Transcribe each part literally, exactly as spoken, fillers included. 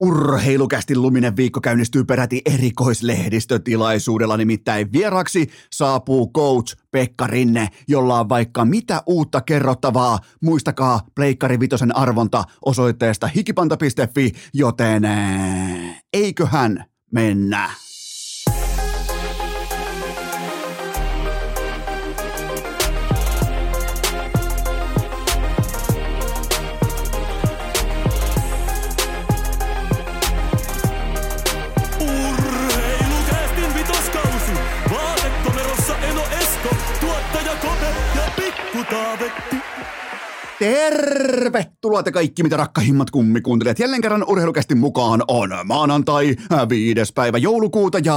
Urheilukästin luminen viikko käynnistyy peräti erikoislehdistötilaisuudella, nimittäin vieraksi saapuu coach Pekka Rinne, jolla on vaikka mitä uutta kerrottavaa. Muistakaa Pleikkari Vitosen arvonta osoitteesta hikipanta piste fi, joten ää, eiköhän mennä. Tervetuloa te kaikki, mitä rakkahimmat kummikuuntelijat. Jälleen kerran Urheilukästin mukaan on maanantai viides päivä joulukuuta ja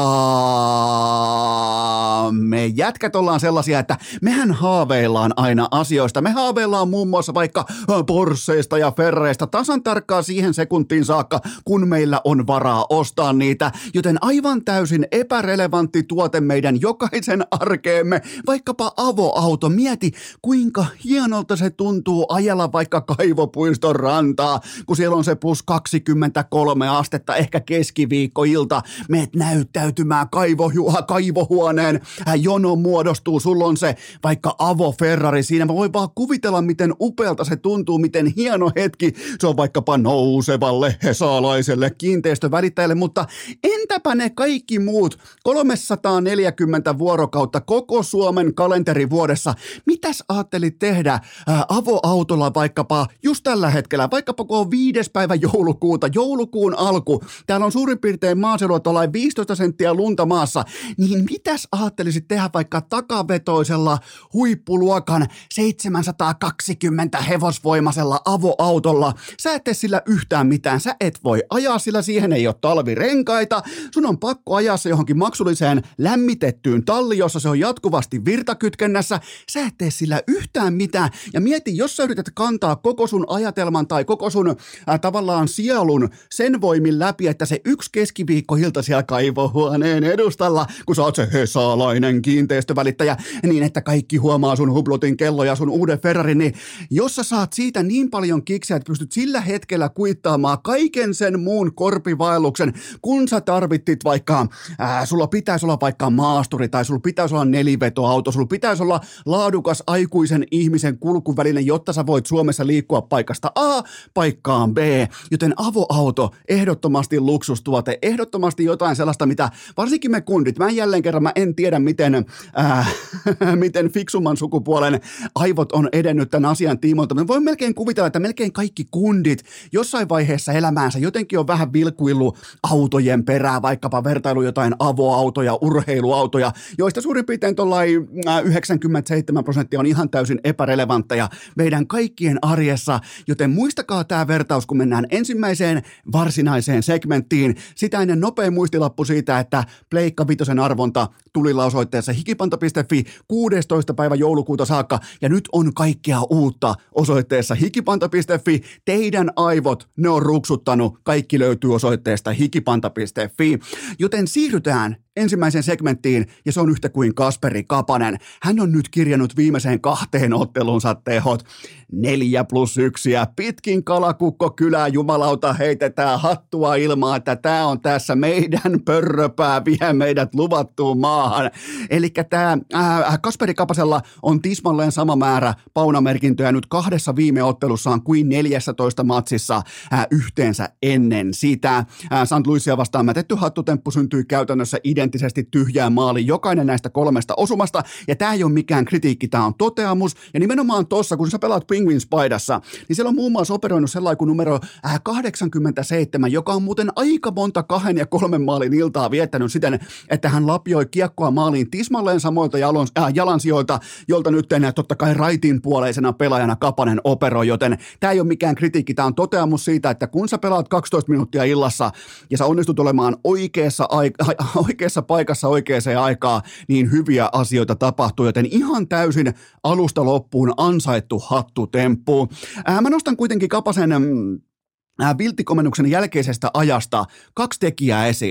me jätkät ollaan sellaisia, että mehän haaveillaan aina asioista. Me haaveillaan muun muassa vaikka Porscheista ja Ferreistä tasan tarkkaan siihen sekuntiin saakka, kun meillä on varaa ostaa niitä. Joten aivan täysin epärelevantti tuote meidän jokaisen arkeemme, vaikkapa avoauto. Mieti, kuinka hienolta se tuntuu ajella vaikka Kaivopuiston rantaa, kun siellä on se plus kaksikymmentäkolme astetta, ehkä keskiviikkoilta, meet näyttäytymään kaivohu- kaivohuoneen, jono muodostuu, sulla on se vaikka avo Ferrari siinä, mä voin vaan kuvitella, miten upealta se tuntuu, miten hieno hetki se on vaikkapa nousevalle hesalaiselle kiinteistövälittäjälle, mutta entäpä ne kaikki muut kolmesataaneljäkymmentä vuorokautta koko Suomen kalenterivuodessa, mitäs ajattelit tehdä ää, avoautolla vaikkapa just tällä hetkellä, vaikkapa kun on viides päivä joulukuuta, joulukuun alku, täällä on suurin piirtein maaseudulla tuollain viisitoista senttiä lunta maassa, niin mitäs ajattelisit tehdä vaikka takavetoisella huippuluokan seitsemänsataakaksikymmentä hevosvoimaisella avoautolla? Sä et tee sillä yhtään mitään, sä et voi ajaa sillä, siihen ei ole talvirenkaita, sun on pakko ajaa se johonkin maksulliseen lämmitettyyn talliin, jossa se on jatkuvasti virtakytkennässä, sä et tee sillä yhtään mitään, ja mieti, jos sä yrität kantaa koko sun ajatelman tai koko sun äh, tavallaan sielun sen voimin läpi, että se yksi keskiviikkoilta siellä kaivohuoneen edustalla, kun sä oot se hesalainen kiinteistövälittäjä, niin että kaikki huomaa sun hublotin kello ja sun uuden Ferrarin, niin jos sä saat siitä niin paljon kiksiä, että pystyt sillä hetkellä kuittaamaan kaiken sen muun korpivaelluksen, kun sä tarvittit vaikka, äh, sulla pitäisi olla vaikka maasturi tai sulla pitäisi olla nelivetoauto, sulla pitäisi olla laadukas aikuisen ihmisen kulkuväline, jotta sä voit Suomessa liikkua paikasta A paikkaan B, joten avoauto, ehdottomasti luksustuote, ehdottomasti jotain sellaista, mitä varsinkin me kundit, mä en jälleen kerran, mä en tiedä miten, äh, miten fiksumman sukupuolen aivot on edennyt tämän asian tiimoilta, mutta voin melkein kuvitella, että melkein kaikki kundit jossain vaiheessa elämäänsä jotenkin on vähän vilkuillut autojen perään, vaikkapa vertailu jotain avoautoja, urheiluautoja, joista suurin piirtein tuollain yhdeksänkymmentäseitsemän prosenttia on ihan täysin epärelevantteja meidän kaikkien arjessa, joten muistakaa tämä vertaus, kun mennään ensimmäiseen varsinaiseen segmenttiin. Sitä ennen nopea muistilappu siitä, että Pleikka Vitosen arvonta tulilla osoitteessa hikipanta piste fi kuudestoista päivä joulukuuta saakka, ja nyt on kaikkea uutta osoitteessa hikipanta piste fi. Teidän aivot, ne on ruksuttanut, kaikki löytyy osoitteesta hikipanta piste fi, joten siirrytään ensimmäiseen segmenttiin, ja se on yhtä kuin Kasperi Kapanen. Hän on nyt kirjannut viimeiseen kahteen ottelunsa tehot. Neljä plus yksiä. Pitkin kalakukko kylää, jumalauta, heitetään hattua ilmaa, että tämä on tässä meidän pörröpää, vie meidät luvattuun maahan. Eli tämä Kasperi Kapasella on tismalleen sama määrä paunamerkintöjä nyt kahdessa viime ottelussaan kuin neljässätoista matsissa ää, yhteensä ennen sitä. Saint Louisia vastaan mätetty hattutemppu syntyi käytännössä identtisesti tyhjään maaliin jokainen näistä kolmesta osumasta, ja tämä ei ole mikään kritiikki, tämä on toteamus, ja nimenomaan tuossa, kun sä pelaat Penguins-paidassa, niin siellä on muun muassa operoinut sellainen kuin numero äh, kahdeksankymmentäseitsemän, joka on muuten aika monta kahden ja kolmen maalin iltaa viettänyt siten, että hän lapioi kiekkoa maaliin tismalleen samoilta jalon, äh, jalansijoilta, jolta nyt enää totta kai raitin puoleisena pelaajana Kapanen operoi, joten tämä ei ole mikään kritiikki, tämä on toteamus siitä, että kun sä pelaat kaksitoista minuuttia illassa ja sä onnistut olemaan oikeassa, aik- oikeassa paikassa oikeaan aikaan, niin hyviä asioita tapahtuu, joten ihan täysin alusta loppuun ansaittu hattutemppu. Äh, mä nostan kuitenkin Kapasen äh, vilttikomennuksen jälkeisestä ajasta kaksi tekijää esiin.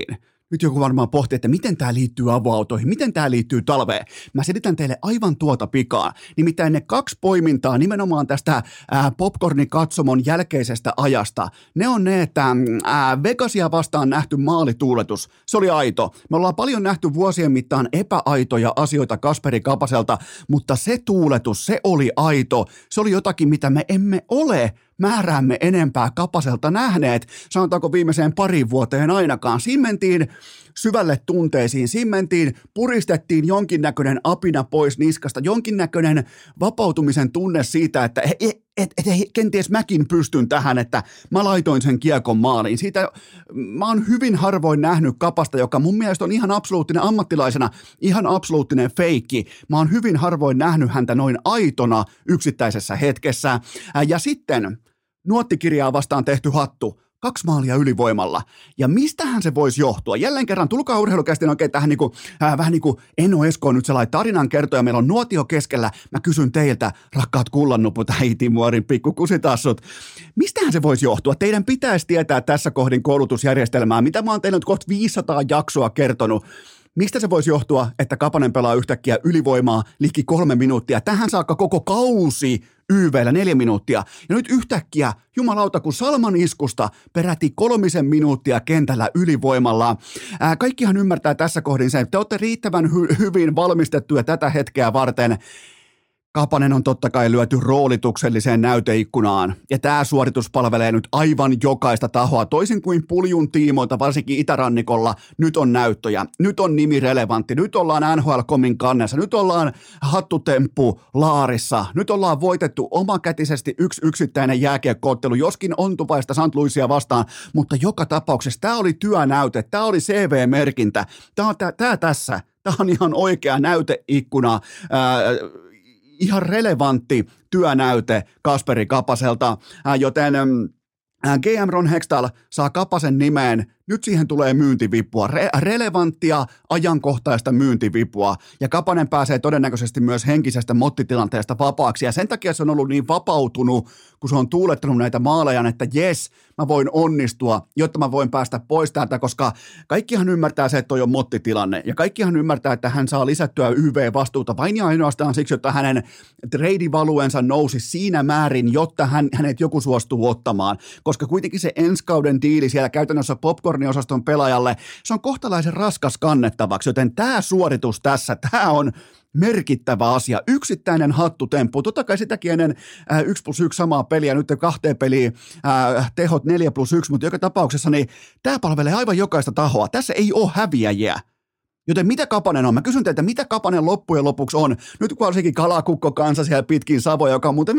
Nyt joku varmaan pohtii, että miten tämä liittyy avoautoihin, miten tämä liittyy talveen. Mä selitän teille aivan tuota pikaa. Nimittäin ne kaksi poimintaa nimenomaan tästä ää, popcornikatsomon jälkeisestä ajasta. Ne on ne, että ää, Vegasia vastaan nähty maalituuletus. Se oli aito. Me ollaan paljon nähty vuosien mittaan epäaitoja asioita Kasperi Kapaselta, mutta se tuuletus, se oli aito. Se oli jotakin, mitä me emme ole määräämme enempää Kapaselta nähneet, sanotaanko viimeiseen parin vuoteen ainakaan. Siinä mentiin syvälle tunteisiin, siinä mentiin, puristettiin jonkinnäköinen apina pois niskasta, jonkinnäköinen vapautumisen tunne siitä, että et, et, et, kenties mäkin pystyn tähän, että mä laitoin sen kiekon maaliin. Siitä mä oon hyvin harvoin nähnyt Kapasta, joka mun mielestä on ihan absoluuttinen ammattilaisena, ihan absoluuttinen feikki. Mä oon hyvin harvoin nähnyt häntä noin aitona yksittäisessä hetkessä. Ja sitten nuottikirjaa vastaan tehty hattu. Kaksi maalia ylivoimalla. Ja mistähän se voisi johtua? Jälleen kerran, tulkaa urheilukästin oikein tähän niin kuin, äh, vähän niin kuin Eno Esko nyt sellainen tarinan kertoja. Meillä on nuotio keskellä. Mä kysyn teiltä, rakkaat kullannuput, äitimuorin pikkukusitassut. Mistähän se voisi johtua? Teidän pitäisi tietää tässä kohdin koulutusjärjestelmää, mitä mä oon teille nyt kohta viisisataa jaksoa kertonut. Mistä se voisi johtua, että Kapanen pelaa yhtäkkiä ylivoimaa liki kolme minuuttia? Tähän saakka koko kausi Y V:llä neljä minuuttia. Ja nyt yhtäkkiä, jumalauta, kun Salman iskusta peräti kolmisen minuuttia kentällä ylivoimalla. Ää, kaikkihan ymmärtää tässä kohdin sen, että te olette riittävän hy- hyvin valmistettuja tätä hetkeä varten. Kapanen on totta kai lyöty roolitukselliseen näyteikkunaan, ja tämä suoritus palvelee nyt aivan jokaista tahoa, toisin kuin Puljun tiimoilta, varsinkin itärannikolla, nyt on näyttöjä, nyt on nimi relevantti, nyt ollaan N H L-komin kannessa, nyt ollaan hattutemppu laarissa, nyt ollaan voitettu omakätisesti yksi yksittäinen jääkiekkoottelu, joskin ontuvaista Saint Louisia vastaan, mutta joka tapauksessa tämä oli työnäyte, tämä oli C V-merkintä, tämä on tämä tässä, tämä on ihan oikea näyteikkuna, ää, ihan relevantti työnäyte Kasperi Kapaselta, joten G M Ron Hextall saa Kapasen nimeen. Nyt siihen tulee myyntivipua, Re- relevanttia, ajankohtaista myyntivipua, ja Kapanen pääsee todennäköisesti myös henkisestä mottitilanteesta vapaaksi, ja sen takia se on ollut niin vapautunut, kun se on tuulettanut näitä maaleja, että jes, mä voin onnistua, jotta mä voin päästä pois täältä, koska kaikkihan ymmärtää se, että toi on mottitilanne, ja kaikkihan ymmärtää, että hän saa lisättyä Y V-vastuuta vain ja ainoastaan siksi, että hänen treidivaluensa nousi siinä määrin, jotta hän, hänet joku suostuu ottamaan, koska kuitenkin se ensi kauden diili siellä käytännössä popcorniosaston pelaajalle, se on kohtalaisen raskas kannettavaksi, joten tämä suoritus tässä, tämä on merkittävä asia. Yksittäinen hattutemppu. Totta kai sitäkin ennen äh, yksi plus yksi samaa peliä, nyt kahteen peliin äh, tehot neljä plus yksi, mutta joka tapauksessa niin tämä palvelee aivan jokaista tahoa. Tässä ei ole häviäjiä. Joten mitä Kapanen on? Mä kysyn teiltä, mitä Kapanen loppujen lopuksi on? Nyt kun varsinkin kalakukko kansa siellä pitkin Savoja, joka on muuten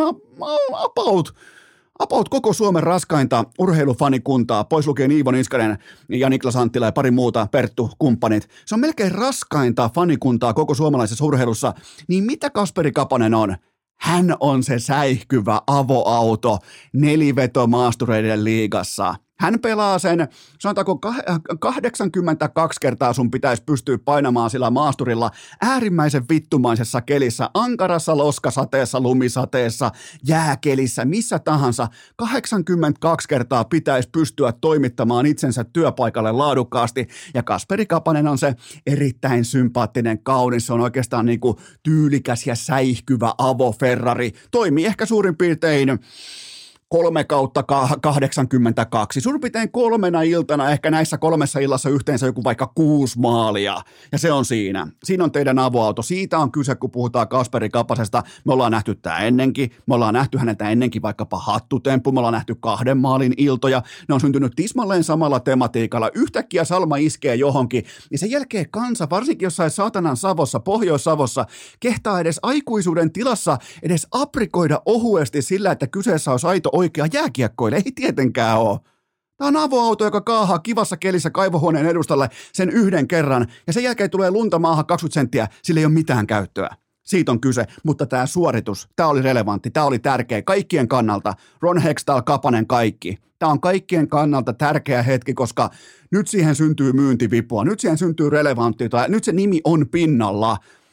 about, about koko Suomen raskainta urheilufanikuntaa, pois lukien Iivo Niskanen ja Niklas Anttila ja pari muuta, Perttu, kumppanit. Se on melkein raskainta fanikuntaa koko suomalaisessa urheilussa. Niin mitä Kasperi Kapanen on? Hän on se säihkyvä avoauto nelivetomaastureiden liigassa. Hän pelaa sen, sanotaanko kahdeksankymmentäkaksi kertaa sun pitäisi pystyä painamaan sillä maasturilla äärimmäisen vittumaisessa kelissä, ankarassa loskasateessa, lumisateessa, jääkelissä, missä tahansa. kahdeksankymmentäkaksi kertaa pitäisi pystyä toimittamaan itsensä työpaikalle laadukkaasti, ja Kasperi Kapanen on se erittäin sympaattinen, kaunis, se on oikeastaan niin kuin tyylikäs ja säihkyvä avo-Ferrari. Toimii ehkä suurin piirtein kolme kautta kahdeksankymmentäkaksi. Suurin piirtein kolmena iltana, ehkä näissä kolmessa illassa yhteensä joku vaikka kuusi maalia. Ja se on siinä. Siinä on teidän avoauto. Siitä on kyse, kun puhutaan Kasperi Kapasesta. Me ollaan nähty tämä ennenkin. Me ollaan nähty häneltä ennenkin vaikkapa hattutemppu. Me ollaan nähty kahden maalin iltoja. Ne on syntynyt tismalleen samalla tematiikalla. Yhtäkkiä Salma iskee johonkin. Ja sen jälkeen kansa, varsinkin jossain saatanan Savossa, Pohjois-Savossa, kehtaa edes aikuisuuden tilassa edes aprikoida ohuesti sillä, että kyseessä on aito oikea jääkiekkoille, ei tietenkään ole. Tämä on avoauto, joka kaahaa kivassa kelissä kaivohuoneen edustalle sen yhden kerran, ja sen jälkeen tulee lunta maahan kaksikymmentä senttiä, sillä ei ole mitään käyttöä. Siitä on kyse, mutta tämä suoritus, tämä oli relevantti, tämä oli tärkeä kaikkien kannalta. Ron Hextall, Kapanen, kaikki. Tämä on kaikkien kannalta tärkeä hetki, koska nyt siihen syntyy myyntivipua, nyt siihen syntyy relevanttia, nyt se nimi on pinnalla.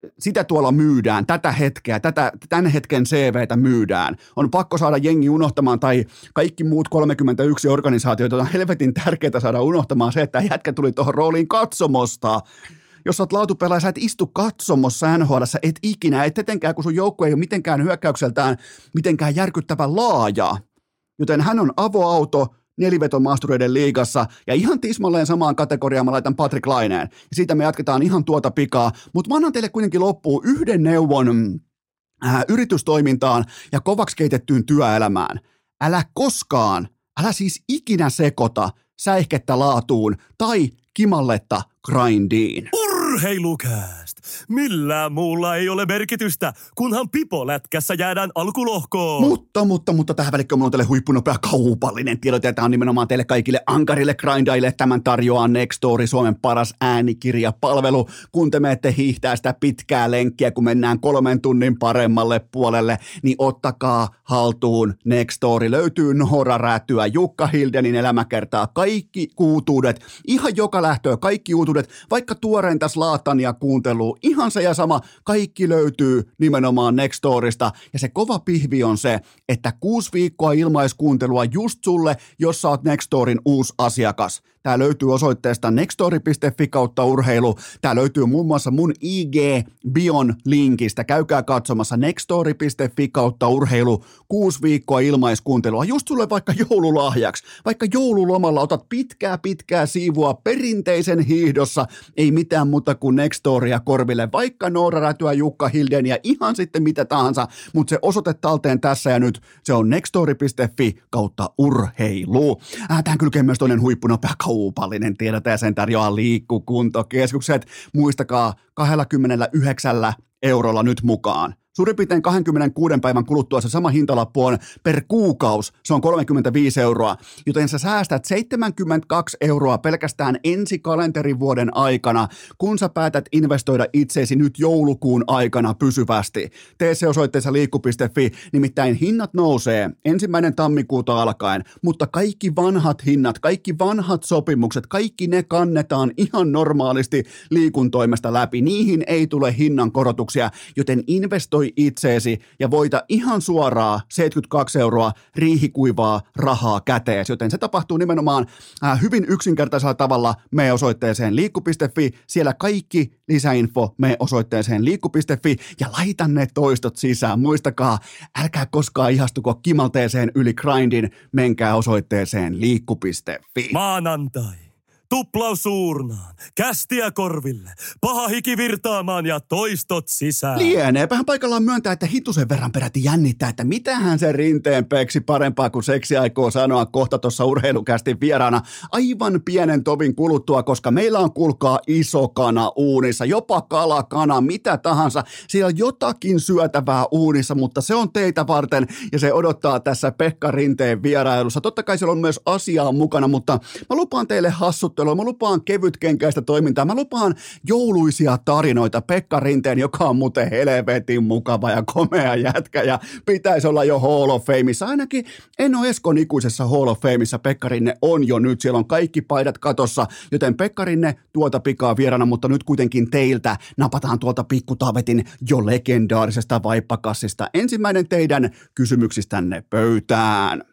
sitä tuolla myydään, tätä hetkeä, tätä, tämän hetken C V:tä myydään. On pakko saada jengi unohtamaan, tai kaikki muut kolmekymmentäyksi organisaatioita on helvetin tärkeää saada unohtamaan se, että jätkä tuli tuohon rooliin katsomosta. Jos sä oot laatupelaaja, sä et istu katsomossa N H L:ssä, et ikinä, et etenkään, kun sun joukkue ei ole mitenkään hyökkäykseltään mitenkään järkyttävän laaja. Joten hän on avoauto nelivetomaastureiden liigassa, ja ihan tismalleen samaan kategoriaan mä laitan Patrick Laineen. Ja siitä me jatketaan ihan tuota pikaa, mutta mä annan teille kuitenkin loppuun yhden neuvon äh, yritystoimintaan ja kovaksi keitettyyn työelämään. Älä koskaan, älä siis ikinä sekoita säihkettä laatuun tai kimalletta grindiin. Urheilukääst! Millään muulla ei ole merkitystä, kunhan pipolätkässä jäädään alkulohkoon. Mutta, mutta, mutta tähän välikköön mulla on teille huippunopea kaupallinen tiedote, ja tämä on nimenomaan teille kaikille ankarille grindaille. Tämän tarjoaa Nextory, Suomen paras äänikirjapalvelu. Kun te menette hiihtää sitä pitkää lenkkiä, kun mennään kolmen tunnin paremmalle puolelle, niin ottakaa haltuun Nextory. Löytyy Noora Räätyä, Jukka Hildenin elämäkertaa, kaikki uutuudet, ihan joka lähtöä, kaikki uutuudet, vaikka tuoreinta Zlatania kuuntelua, ihan se ja sama, kaikki löytyy nimenomaan Nextorista, ja se kova pihvi on se, että kuusi viikkoa ilmaiskuuntelua just sulle, jos sä oot Nextorin uusi asiakas. Tää löytyy osoitteesta nextory piste fi kautta urheilu. Tää löytyy muun muassa mun I G-bion linkistä. Käykää katsomassa nextory piste fi kautta urheilu. Kuusi viikkoa ilmaiskuuntelua. Just sulle vaikka joululahjaksi. Vaikka joululomalla otat pitkää pitkää siivua perinteisen hiihdossa. Ei mitään muuta kuin Nextoria korville. Vaikka Noora Rätyä, Jukka Hilden ja ihan sitten mitä tahansa. Mutta se osoite talteen tässä ja nyt. Se on nextory piste fi kautta urheilu. Äh, tähän kylkee myös toinen huippunopea kaupallinen tiedote ja sen tarjoaa Liikkukuntokeskukset. Muistakaa kaksikymmentäyhdeksän eurolla nyt mukaan. Suurin piirtein kaksikymmentäkuuden päivän kuluttua se sama hintalappu on per kuukausi, se on kolmekymmentäviisi euroa, joten sä säästät seitsemänkymmentäkaksi euroa pelkästään ensi kalenterivuoden aikana, kun sä päätät investoida itseesi nyt joulukuun aikana pysyvästi. Tee se osoitteessa liikku piste fi, nimittäin hinnat nousee ensimmäinen tammikuuta alkaen, mutta kaikki vanhat hinnat, kaikki vanhat sopimukset, kaikki ne kannetaan ihan normaalisti liikun toimesta läpi. Niihin ei tule hinnan korotuksia, joten investoi itseesi ja voita ihan suoraan seitsemänkymmentäkaksi euroa riihikuivaa rahaa käteen, joten se tapahtuu nimenomaan äh, hyvin yksinkertaisella tavalla. Mene osoitteeseen liikku piste fi, siellä kaikki lisäinfo, mene osoitteeseen liikku piste fi ja laita ne toistot sisään. Muistakaa, älkää koskaan ihastuko kimalteeseen yli grindin, menkää osoitteeseen liikku piste fi. Maanantai. Tuplaus suurnaan, kästiä korville, paha hiki virtaamaan ja toistot sisään. Lieneepähän paikallaan myöntää, että hitusen verran peräti jännittää, että mitähän se rinteen peksi parempaa kuin seksi aikoo sanoa kohta tuossa urheilukästin vieraana aivan pienen tovin kuluttua, koska meillä on kuulkaa iso kana uunissa, jopa kalakana, mitä tahansa. Siellä on jotakin syötävää uunissa, mutta se on teitä varten ja se odottaa tässä Pekka Rinteen vierailussa. Totta kai siellä on myös asiaa mukana, mutta mä lupaan teille hassuttelua. Mä lupaan kevytkenkäistä toimintaa. Mä lupaan jouluisia tarinoita Pekka Rinteen, joka on muuten helvetin mukava ja komea jätkä ja pitäisi olla jo Hall of Fameissa. Ainakin en ole Eskon ikuisessa Hall of Fameissa. Pekka Rinne on jo nyt. Siellä on kaikki paidat katossa, joten Pekka Rinne tuota pikaa vierana, mutta nyt kuitenkin teiltä napataan tuolta pikkutaavetin jo legendaarisesta vaippakassista. Ensimmäinen teidän kysymyksistänne pöytään.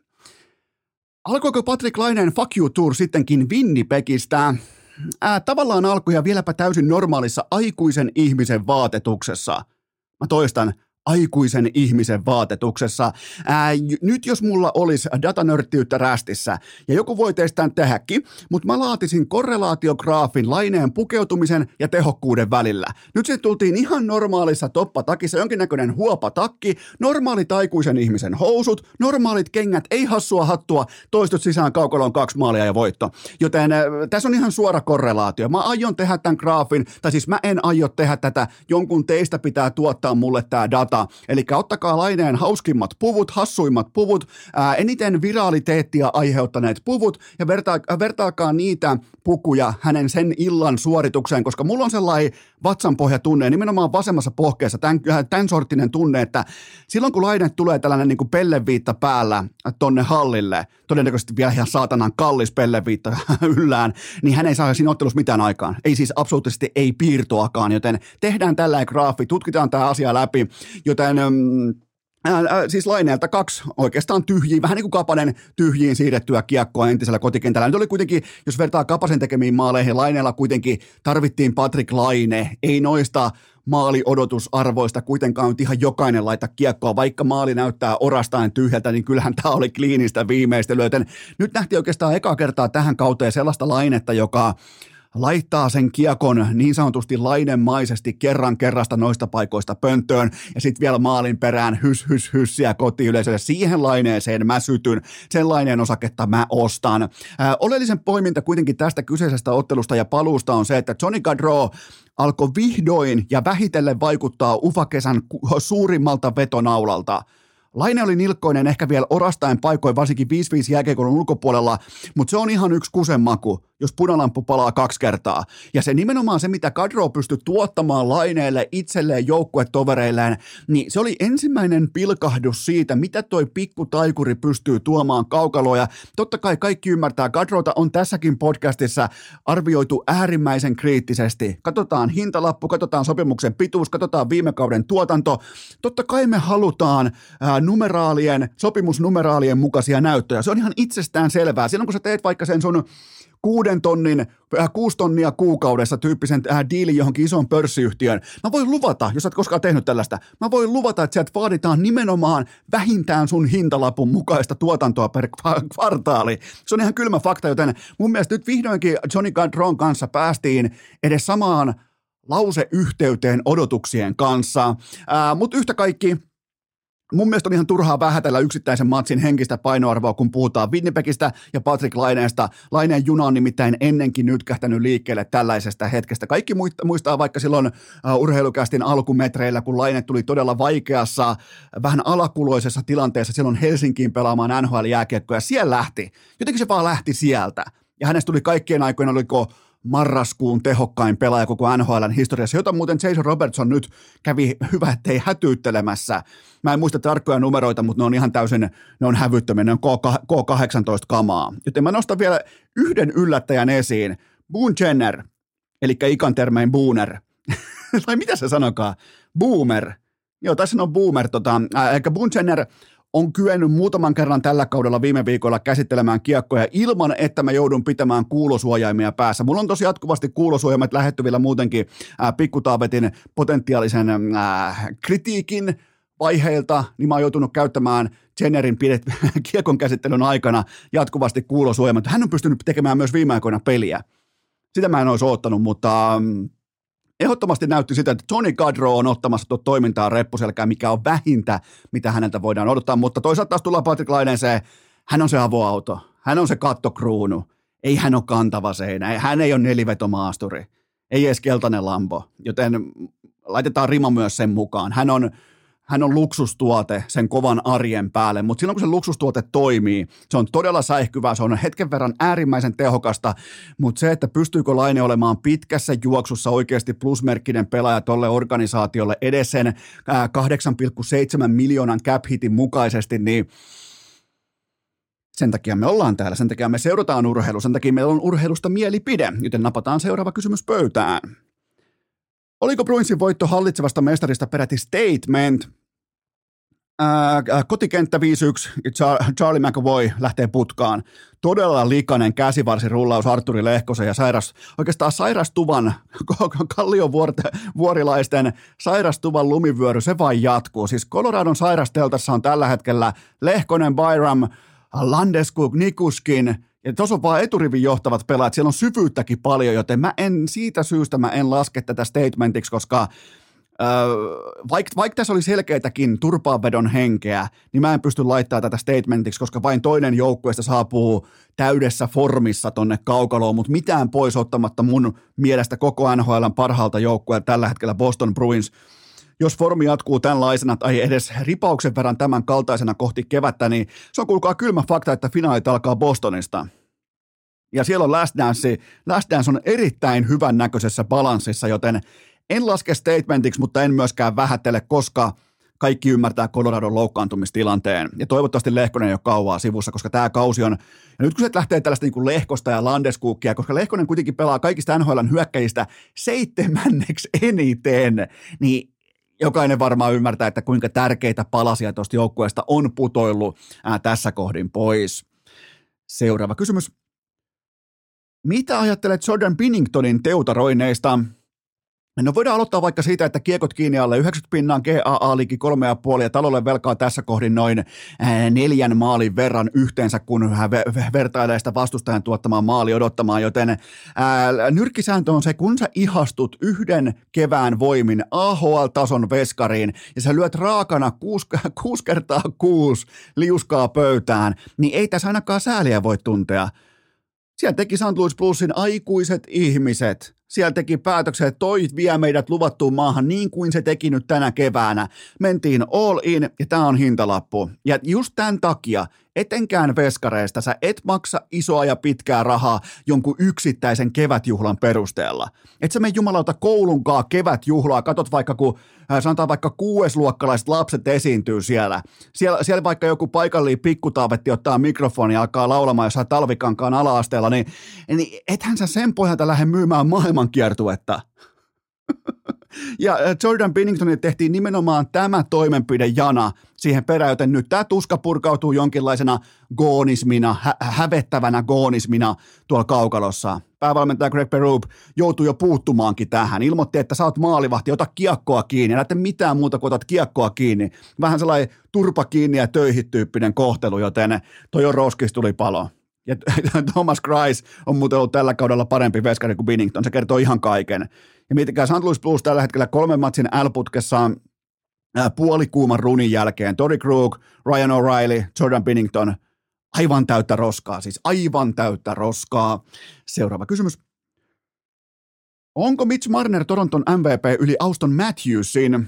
Alkoiko Patrick Laineen Fuck You Tour sittenkin Winnipegistä? Ää, tavallaan alkoi ja vieläpä täysin normaalissa aikuisen ihmisen vaatetuksessa. Mä toistan, aikuisen ihmisen vaatetuksessa. Ää, nyt jos mulla olisi datanörttiyttä rästissä, ja joku voi teistä tehdäkin, mutta mä laatisin korrelaatiograafin Laineen pukeutumisen ja tehokkuuden välillä. Nyt se tultiin ihan normaalissa toppatakissa, jonkinnäköinen huopatakki, normaalit aikuisen ihmisen housut, normaalit kengät, ei hassua hattua, toistot sisään kaukaloon kaksi maalia ja voitto. Joten äh, tässä on ihan suora korrelaatio. Mä aion tehdä tämän graafin, tai siis mä en aio tehdä tätä, jonkun teistä pitää tuottaa mulle tää data, sata. Eli ottakaa Laineen hauskimmat puvut, hassuimmat puvut, ää, eniten viraliteettia aiheuttaneet puvut ja verta- vertaakaa niitä pukuja hänen sen illan suoritukseen, koska mulla on sellainen vatsanpohjatunne ja nimenomaan vasemmassa pohkeessa tämän, tämän sorttinen tunne, että silloin kun Laine tulee tällainen niin kuin pelleviitta päällä tonne hallille, todennäköisesti vielä ihan saatanan kallis pelleviitta yllään, niin hän ei saa siinä ottelussa mitään aikaan. Ei siis absoluuttisesti ei piirtoakaan, joten tehdään tällainen graafi, tutkitaan tämä asia läpi, joten mm, Ää, ää, siis Laineelta kaksi oikeastaan tyhjiä, vähän niin kuin Kapanen tyhjiin siirrettyä kiekkoa entisellä kotikentällä. Nyt oli kuitenkin, jos vertaa Kapasen tekemiin maaleihin, Laineella kuitenkin tarvittiin Patrik Laine, ei noista maaliodotusarvoista kuitenkaan nyt ihan jokainen laita kiekkoa, vaikka maali näyttää orastain tyhjältä, niin kyllähän tämä oli kliinistä viimeistelyä, joten nyt nähtiin oikeastaan ekaa kertaa tähän kauteen sellaista Lainetta, joka laittaa sen kiekon niin sanotusti lainemaisesti kerran kerrasta noista paikoista pönttöön ja sitten vielä maalin perään hys, hys, hyssiä kotiyleisölle. Siihen Laineeseen mä sytyn, sen Laineen osaketta mä ostan. Ää, oleellisen poiminta kuitenkin tästä kyseisestä ottelusta ja paluusta on se, että Johnny Gaudreau alkoi vihdoin ja vähitellen vaikuttaa U F A-kesän suurimmalta vetonaulalta. Laine oli nilkkoinen ehkä vielä orastain paikoin, varsinkin viisi viisi jääkiekon ulkopuolella, mutta se on ihan yksi kusen maku, jos punalamppu palaa kaksi kertaa. Ja se nimenomaan se, mitä Gaudreau pystyi tuottamaan Laineelle itselleen joukkuetovereilleen, niin se oli ensimmäinen pilkahdus siitä, mitä toi pikku taikuri pystyy tuomaan kaukaloon. Ja totta kai kaikki ymmärtää, Gaudreauta on tässäkin podcastissa arvioitu äärimmäisen kriittisesti. Katsotaan hintalappu, katsotaan sopimuksen pituus, katsotaan viime kauden tuotanto. Totta kai me halutaan ää, numeraalien, sopimusnumeraalien mukaisia näyttöjä. Se on ihan itsestään selvää. Silloin kun sä teet vaikka sen sun kuuden tonnin, äh, kuusi tonnia kuukaudessa tyyppisen äh, diilin johonkin isoon pörssiyhtiöön. Mä voin luvata, jos sä et koskaan tehnyt tällaista, mä voin luvata, että sieltä vaaditaan nimenomaan vähintään sun hintalapun mukaista tuotantoa per kvartaali. Se on ihan kylmä fakta, joten mun mielestä nyt vihdoinkin Johnny Gaudreaun kanssa päästiin edes samaan lauseyhteyteen odotuksien kanssa. Äh, Mutta yhtä kaikki, mun mielestä on ihan turhaa vähätellä yksittäisen matsin henkistä painoarvoa, kun puhutaan Winnipegistä ja Patrik Laineesta. Laineen juna on nimittäin ennenkin nytkähtänyt liikkeelle tällaisesta hetkestä. Kaikki muistaa vaikka silloin uh, urheilukästin alkumetreillä, kun Laine tuli todella vaikeassa, vähän alakuloisessa tilanteessa silloin Helsinkiin pelaamaan N H L-jääkiekkoa, ja siellä lähti. Jotenkin se vaan lähti sieltä. Ja hänestä tuli kaikkien aikoina, oliko marraskuun tehokkain pelaaja koko N H L:n historiassa, jota muuten Jason Robertson nyt kävi hyvä, ettei hätyyttelemässä. Mä en muista tarkkoja numeroita, mutta ne on ihan täysin, ne on hävyttömiä, ne on K kahdeksantoista kamaa. Joten mä nostan vielä yhden yllättäjän esiin. Boone Jenner, eli ikantermein Booner. Tai mitä se sanokaa? Boomer. Joo, tässä on Boomer. Tota, äh, eli Boone Jenner on kyennyt muutaman kerran tällä kaudella viime viikolla käsittelemään kiekkoja ilman, että mä joudun pitämään kuulosuojaimia päässä. Mulla on tosi jatkuvasti kuulosuojaimet lähettyvillä muutenkin äh, Pikkutaavetin potentiaalisen äh, kritiikin vaiheilta, niin mä oon joutunut käyttämään Jennerin pidet, kiekon käsittelyn aikana jatkuvasti kuulosuojaimet. Hän on pystynyt tekemään myös viime aikoina peliä. Sitä mä en olisi odottanut, mutta ähm, ehdottomasti näytti sitä, että Johnny Gaudreau on ottamassa tuota toimintaa reppuselkään, mikä on vähintä, mitä häneltä voidaan odottaa, mutta toisaalta taas tullaan Patrik Laineeseen, hän on se avoauto, hän on se kattokruunu, ei hän ole kantava seinä, hän ei ole nelivetomaasturi, ei edes keltainen lampo, joten laitetaan rima myös sen mukaan. Hän on, hän on luksustuote sen kovan arjen päälle, mutta silloin kun se luksustuote toimii, se on todella säihkyvää, se on hetken verran äärimmäisen tehokasta, mutta se, että pystyykö Laine olemaan pitkässä juoksussa oikeasti plusmerkkinen pelaaja tolle organisaatiolle edes sen kahdeksan pilkku seitsemän miljoonan cap hitin mukaisesti, niin sen takia me ollaan täällä, sen takia me seurataan urheilua, sen takia meillä on urheilusta mielipide, joten napataan seuraava kysymys pöytään. Oliko Bruinsin voitto hallitsevasta mestarista peräti statement? Ää, kotikenttä viisi yksi, Charlie McAvoy lähtee putkaan. Todella likainen käsivarsirullaus Artturi Lehkosen ja sairas, oikeastaan sairastuvan, kalliovuorilaisten sairastuvan lumivyöry, se vain jatkuu. Siis Coloradon sairasteltassa on tällä hetkellä Lehkonen, Byram, Landeskog, Nikuskin, ja tuossa on vaan eturivin johtavat pelaajat, siellä on syvyyttäkin paljon, joten mä en, siitä syystä mä en laske tätä statementiksi, koska äh, vaikka vaik tässä oli selkeitäkin turpaanvedon henkeä, niin mä en pysty laittamaan tätä statementiksi, koska vain toinen joukkueesta saapuu täydessä formissa tonne kaukaloon, mutta mitään pois ottamatta mun mielestä koko N H L:n parhaalta joukkueelta tällä hetkellä Boston Bruins, jos formi jatkuu tämänlaisena tai edes ripauksen verran tämän kaltaisena kohti kevättä, niin se on kuulkaa kylmä fakta, että finaalit alkaa Bostonista. Ja siellä on Last Dance. Last Dance on erittäin hyvän näköisessä balanssissa, joten en laske statementiksi, mutta en myöskään vähättele, koska kaikki ymmärtää Coloradon loukkaantumistilanteen. Ja toivottavasti Lehkonen ei ole kauaa sivussa, koska tämä kausi on... Ja nyt kun se lähtee tällaista niin kuin Lehkosta ja Landeskukkia, koska Lehkonen kuitenkin pelaa kaikista N H L:n hyökkäjistä seitsemänneksi eniten, niin jokainen varmaan ymmärtää, että kuinka tärkeitä palasia tuosta joukkueesta on putoillut ää, tässä kohdin pois. Seuraava kysymys. Mitä ajattelet Jordan Binningtonin teutaroineista? No voidaan aloittaa vaikka siitä, että kiekot kiinni alle yhdeksänkymmentä pinnaan G A A-liigi kolme ja puoli ja talolle velkaa tässä kohdin noin neljän maalin verran yhteensä, kun hän vertailee sitä vastustajan tuottamaan maali odottamaan, joten ää, nyrkkisääntö on se, kun sä ihastut yhden kevään voimin A H L-tason veskariin ja sä lyöt raakana kuusi, kuusi kertaa kuusi liuskaa pöytään, niin ei tässä ainakaan sääliä voi tuntea. Siellä teki Saint Louis Bluesin aikuiset ihmiset. Siellä teki päätöksen, että toi vie meidät luvattuun maahan niin kuin se teki nyt tänä keväänä. Mentiin all in ja tämä on hintalappu. Ja just tämän takia, etenkään veskareista, sä et maksa isoa ja pitkää rahaa jonkun yksittäisen kevätjuhlan perusteella. Et sä mene jumalauta koulunkaan kevätjuhlaa, katot vaikka kun sanotaan vaikka kuuesluokkalaiset lapset esiintyy siellä. Siellä, siellä vaikka joku paikallinen pikkutaavetti ottaa mikrofoni ja alkaa laulamaan jossain talvikankaan ala-asteella, niin, niin ethän sä sen pohjalta lähde myymään maailmankiertuetta. Ja Jordan Binningtonille tehtiin nimenomaan tämä toimenpidejana siihen perään, joten nyt tämä tuska purkautuu jonkinlaisena goonismina, hä- hävettävänä goonismina tuolla kaukalossa. Päävalmentaja Greg Berube joutui jo puuttumaankin tähän. Ilmoitti, että sä oot maalivahti, ota kiekkoa kiinni. Älä mitään muuta kuin otat kiekkoa kiinni. Vähän sellainen turpa kiinni ja töihit tyyppinen kohtelu, joten toi on roskis tuli palo. Ja Thomas Greiss on muuten ollut tällä kaudella parempi veskari kuin Binnington. Se kertoo ihan kaiken. Ja miettikää, Saint Louis Blues tällä hetkellä kolmen matsin L-putkessa puolikuuman runin jälkeen. Torrey Krug, Ryan O'Reilly, Jordan Binnington. Aivan täyttä roskaa, siis aivan täyttä roskaa. Seuraava kysymys. Onko Mitch Marner Toronton M V P yli Auston Matthewsin?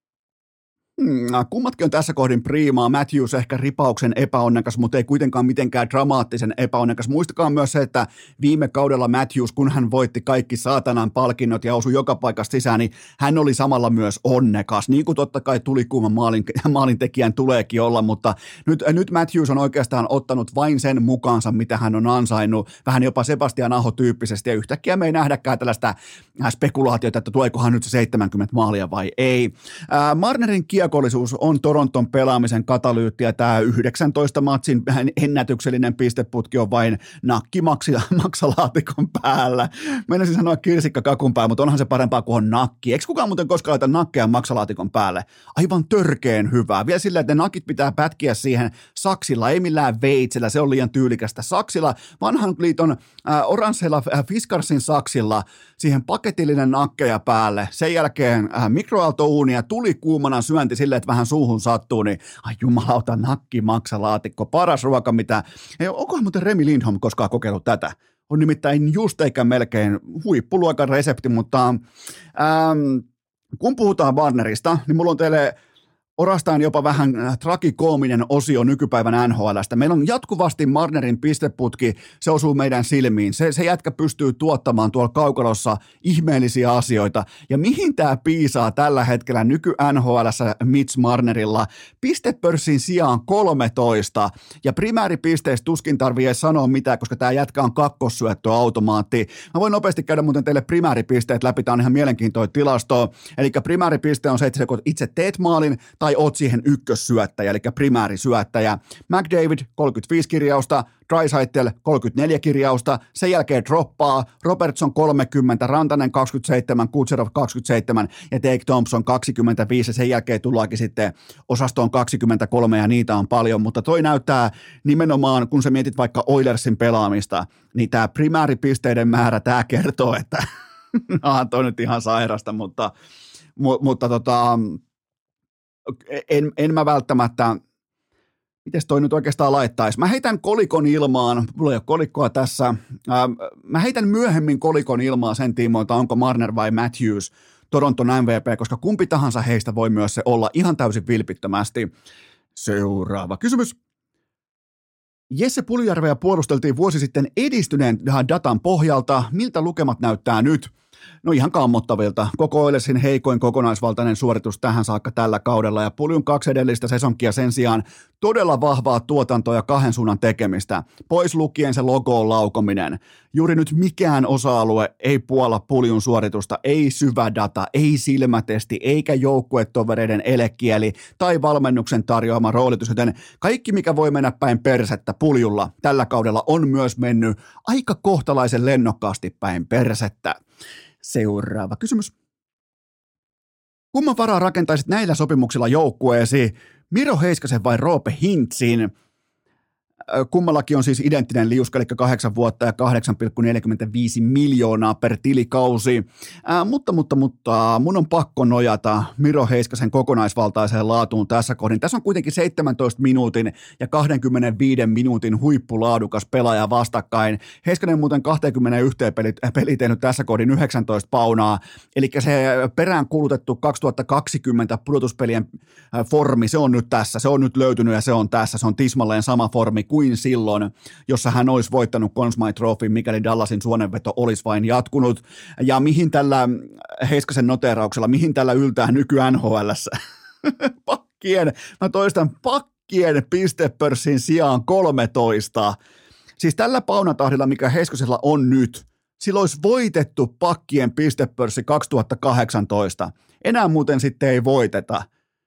Hmm, kummatkin on tässä kohdin priimaa. Matthews ehkä ripauksen epäonnekas, mutta ei kuitenkaan mitenkään dramaattisen epäonnekas. Muistakaa myös se, että viime kaudella Matthews, kun hän voitti kaikki saatanan palkinnot ja osui joka paikasta sisään, niin hän oli samalla myös onnekas. Niin kuin totta kai tulikuuman maalin, maalintekijän tuleekin olla, mutta nyt, nyt Matthews on oikeastaan ottanut vain sen mukaansa, mitä hän on ansainnut. Vähän jopa Sebastian Aho-tyyppisesti ja yhtäkkiä me ei nähdäkään tällaista spekulaatiota, että tuleekohan nyt se seitsemänkymmentä maalia vai ei. Ää, Marnerin kiekko Kollisuus on Toronton pelaamisen katalyytti ja tämä yhdeksäntoista matsin ennätyksellinen pisteputki on vain nakki maksalaatikon päällä. Meinasin sanoa kirsikka kakun päällä, mutta onhan se parempaa kuin on nakki. Eikö kukaan muuten koskaan laita nakkeja maksalaatikon päälle? Aivan törkeen hyvää. Vielä sillä, että ne nakit pitää pätkiä siihen saksilla, ei millään veitsellä, se on liian tyylikästä. Saksilla, vanhan liiton äh, oransseilla äh, Fiskarsin saksilla, siihen paketillinen nakkeja päälle. Sen jälkeen äh, mikroaaltouunia, tuli kuumana syönti silleen, että vähän suuhun sattuu, niin ai jumalauta, nakki, maksalaatikko, paras ruoka, mitä... Ei, onkohan muuten Remi Lindholm koskaan kokeillut tätä? On nimittäin just eikä melkein huippuluokan resepti, mutta ähm, kun puhutaan Warnerista, niin mulla on teille orastaan jopa vähän trakikoominen osio nykypäivän N H L:stä. Meillä on jatkuvasti Marnerin pisteputki, se osuu meidän silmiin. Se, se jätkä pystyy tuottamaan tuolla kaukalossa ihmeellisiä asioita. Ja mihin tämä piisaa tällä hetkellä nyky-N H L:ssä Mitch Marnerilla? Pistepörssin sijaan kolmetoista. Ja primääripisteistä tuskin tarvii edes sanoa mitään, koska tämä jätkä on kakkossyöttöautomaatti. Mä voin nopeasti käydä muuten teille primääripisteet läpi. Tämä on ihan mielenkiintoinen tilasto. Eli primääripiste on se, että itse teet maalin tai oot siihen ykkössyöttäjä, eli primäärisyöttäjä. McDavid kolmekymmentäviisi kirjausta, Draisaitl kolmekymmentäneljä kirjausta, sen jälkeen droppaa, Robertson kolmekymmentä, Rantanen kaksikymmentäseitsemän, Kutserov kaksikymmentäseitsemän ja Tage Thompson kaksikymmentäviisi, ja sen jälkeen tullaankin sitten osastoon kaksikymmentäkolme, ja niitä on paljon, mutta toi näyttää nimenomaan, kun sä mietit vaikka Oilersin pelaamista, niin tämä primääripisteiden määrä, tämä kertoo, että ah, toi nyt ihan sairasta, mutta, mu, mutta tota, en, en mä välttämättä, mites toi nyt oikeastaan laittaisi? Mä heitän kolikon ilmaan, mulla ei ole kolikkoa tässä, mä heitän myöhemmin kolikon ilmaan sen tiimoilta, onko Marner vai Matthews Toronton M V P, koska kumpi tahansa heistä voi myös se olla ihan täysin vilpittömästi. Seuraava kysymys. Jesse Puljärveä puolusteltiin vuosi sitten edistyneen datan pohjalta. Miltä lukemat näyttää nyt? No ihan kammottavilta. Koko Oilersin heikoin kokonaisvaltainen suoritus tähän saakka tällä kaudella ja Puljun kaksi edellistä sesonkia sen sijaan todella vahvaa tuotantoa ja kahden suunnan tekemistä. Pois lukien se logoon laukominen. Juuri nyt mikään osa-alue ei puolla Puljun suoritusta, ei syvä data, ei silmätesti, eikä joukkuetovereiden elekieli tai valmennuksen tarjoama roolitus, joten kaikki mikä voi mennä päin persettä Puljulla tällä kaudella on myös mennyt aika kohtalaisen lennokkaasti päin persettä. Seuraava kysymys. Kumman varaa rakentaisit näillä sopimuksilla joukkueesi? Miro Heiskasen vai Roope Hintzin? Kummallakin on siis identtinen liuska, eli kahdeksan vuotta ja kahdeksan pilkku neljäkymmentäviisi miljoonaa per tilikausi. Ää, mutta, mutta, mutta mun on pakko nojata Miro Heiskasen kokonaisvaltaiseen laatuun tässä kohdin. Tässä on kuitenkin seitsemäntoista minuutin ja kaksikymmentäviisi minuutin huippulaadukas pelaaja vastakkain. Heiskanen muuten kaksikymmentäyksi peli, peli tehnyt tässä kohdin yhdeksäntoista paunaa, eli se peräänkuulutettu kaksituhattakaksikymmentä pudotuspelien formi, se on nyt tässä, se on nyt löytynyt ja se on tässä, se on tismalleen sama formi kuin silloin, jossa hän olisi voittanut Conn Smythe Trophyn, mikäli Dallasin suonenveto olisi vain jatkunut. Ja mihin tällä Heiskasen noteerauksella, mihin tällä yltää nyky N H L:ssä? Pakkien, mä toistan, pakkien pistepörssin sijaan kolmetoista. Siis tällä paunatahdilla, mikä Heiskasella on nyt, sillä olisi voitettu pakkien pistepörssi kaksituhattakahdeksantoista. Enää muuten sitten ei voiteta.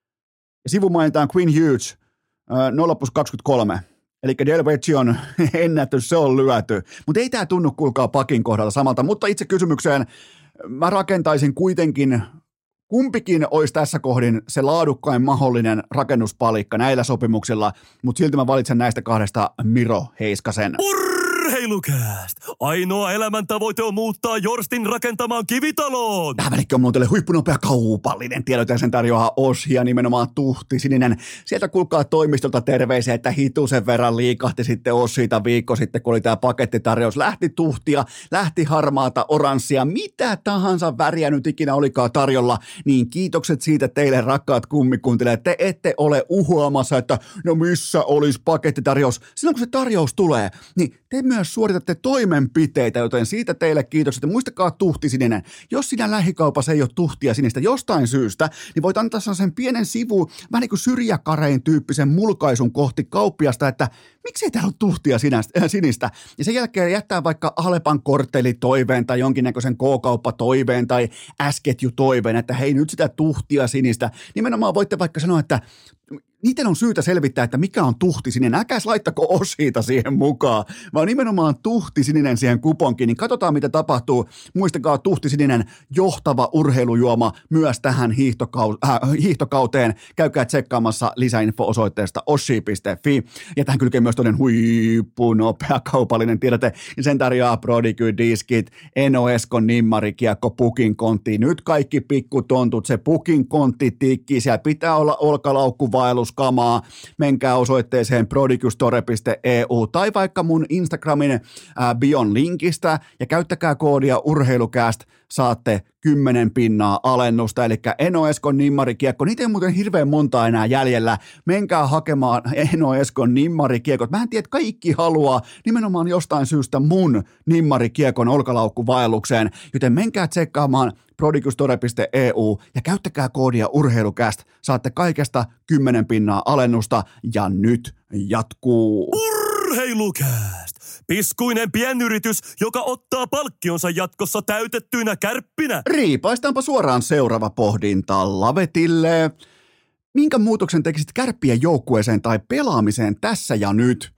Ja sivu mainitaan Quinn Hughes, nolla plus kaksikymmentäkolme. Eli Del Vecchion ennätys, se on lyöty. Mutta ei tämä tunnu, kuulkaa, pakin kohdalla samalta. Mutta itse kysymykseen mä rakentaisin kuitenkin, kumpikin olisi tässä kohdin se laadukkain mahdollinen rakennuspalikka näillä sopimuksilla, mutta silti mä valitsen näistä kahdesta Miro Heiskasen. Urheilukääst! Ainoa elämäntavoite on muuttaa Jorstin rakentamaan kivitaloon! Tähän välikköön mulla on teille huippunopea kaupallinen tiedot ja sen tarjoaa Osia, nimenomaan Tuhti Sininen. Sieltä kuulkaa toimistolta terveisiä, että hitusen verran liikahti sitten Osita viikko sitten, kun oli tää pakettitarjous. Lähti tuhtia, lähti harmaata, oranssia, mitä tahansa väriä nyt ikinä olikaan tarjolla. Niin kiitokset siitä teille, rakkaat kummikuuntelijat. Te ette ole uhoamassa, että no missä olisi pakettitarjous. Silloin kun se tarjous tulee, niin te myös suoritatte toimenpiteitä, joten siitä teille kiitokset. Ja muistakaa Tuhti Sininen. Jos siinä lähikaupassa ei ole tuhtia sinistä jostain syystä, niin voit antaa sen pienen sivu, vähän niin kuin syrjäkarein tyyppisen mulkaisun kohti kauppiasta, että miksei täällä ole tuhtia sinistä. Ja sen jälkeen jättää vaikka Alepan korttelitoiveen tai jonkinnäköisen K-kauppatoiveen tai S-ketjutoiveen, että hei nyt sitä tuhtia sinistä. Nimenomaan voitte vaikka sanoa, että niiden on syytä selvittää, että mikä on tuhtisininen. Äkäs laittako Osiita siihen mukaan, vaan nimenomaan tuhtisininen siihen kuponkiin. Niin katsotaan, mitä tapahtuu. Muistakaa tuhtisininen johtava urheilujuoma myös tähän hiihtokau- äh, hiihtokauteen. Käykää tsekkaamassa lisäinfo osoitteesta oshi piste fi. Ja tähän kylkee myös toinen huippunopea kaupallinen tiedote. Sen tarjoaa Prodigy Diskit, Eno Eskon nimmarikiekko, pukin kontti. Nyt kaikki pikkutontut, se pukin kontti tikki. Siellä pitää olla olkalaukkuvaellus kamaa, menkää osoitteeseen prodigystore piste e u tai vaikka mun Instagramin ää, bion linkistä ja käyttäkää koodia urheilukääst, saatte kymmenen pinnaa alennusta, eli Eno Eskon nimmarikiekko, niitä ei muuten hirveän monta enää jäljellä, menkää hakemaan Eno Eskon nimmarikiekot, mä en tiedä, että kaikki haluaa nimenomaan jostain syystä mun nimmarikiekon olkalaukkuvaellukseen, joten menkää tsekkaamaan prodigystore piste e u ja käyttäkää koodia urheilukäst, saatte kaikesta kymmenen pinnaa alennusta ja nyt jatkuu. Urheilukääst! Piskuinen pienyritys, joka ottaa palkkionsa jatkossa täytettyinä kärppinä. Riipaistaanpa suoraan seuraava pohdinta Lavetille. Minkä muutoksen tekisit kärppien joukkueeseen tai pelaamiseen tässä ja nyt?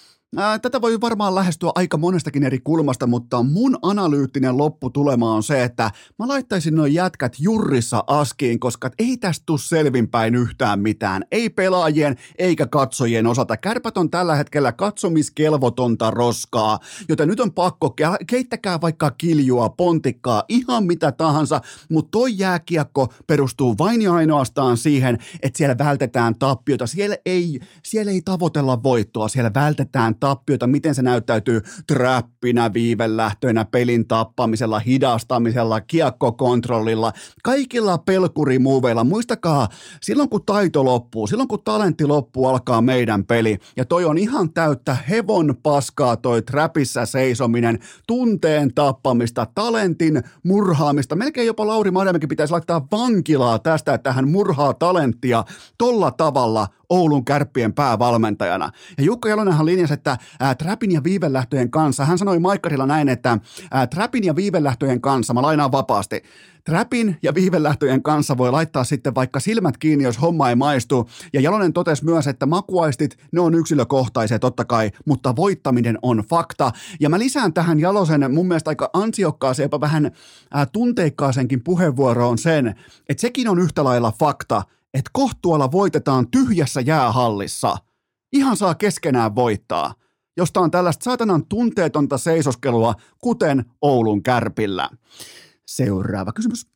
Tätä voi varmaan lähestyä aika monestakin eri kulmasta, mutta mun analyyttinen lopputulema on se, että mä laittaisin nuo jätkät jurrissa askiin, koska ei tästä tule selvinpäin yhtään mitään. Ei pelaajien eikä katsojien osalta. Kärpät on tällä hetkellä katsomiskelvotonta roskaa, joten nyt on pakko, keittäkää vaikka kiljua, pontikkaa, ihan mitä tahansa, mutta toi jääkiekko perustuu vain ja ainoastaan siihen, että siellä vältetään tappiota. Siellä ei, siellä ei tavoitella voittoa, siellä vältetään tappiota, miten se näyttäytyy trappinä, viivelähtöinä, pelin tappamisella, hidastamisella, kiekkokontrollilla, kaikilla pelkurimuoveilla. Muistakaa, silloin kun taito loppuu, silloin kun talentti loppuu, alkaa meidän peli. Ja toi on ihan täyttä hevon paskaa toi trapissa seisominen, tunteen tappamista, talentin murhaamista. Melkein jopa Lauri Marjamäki pitäisi laittaa vankilaa tästä, että hän murhaa talenttia tolla tavalla Oulun Kärppien päävalmentajana. Ja Jukka Jalonenhan linjasi, että ää, trapin ja viivelähtöjen kanssa, hän sanoi Maikkarilla näin, että ää, trapin ja viivelähtöjen kanssa, mä lainaan vapaasti, trapin ja viivelähtöjen kanssa voi laittaa sitten vaikka silmät kiinni, jos homma ei maistu. Ja Jalonen totesi myös, että makuaistit, ne on yksilökohtaisia totta kai, mutta voittaminen on fakta. Ja mä lisään tähän Jalosen mun mielestä aika ansiokkaaseen, jopa vähän ää, tunteikkaasenkin puheenvuoroon sen, että sekin on yhtä lailla fakta, että kohtualla voitetaan tyhjässä jäähallissa. Ihan saa keskenään voittaa, josta on tällaista saatanan tunteetonta seisoskelua, kuten Oulun Kärpillä. Seuraava kysymys.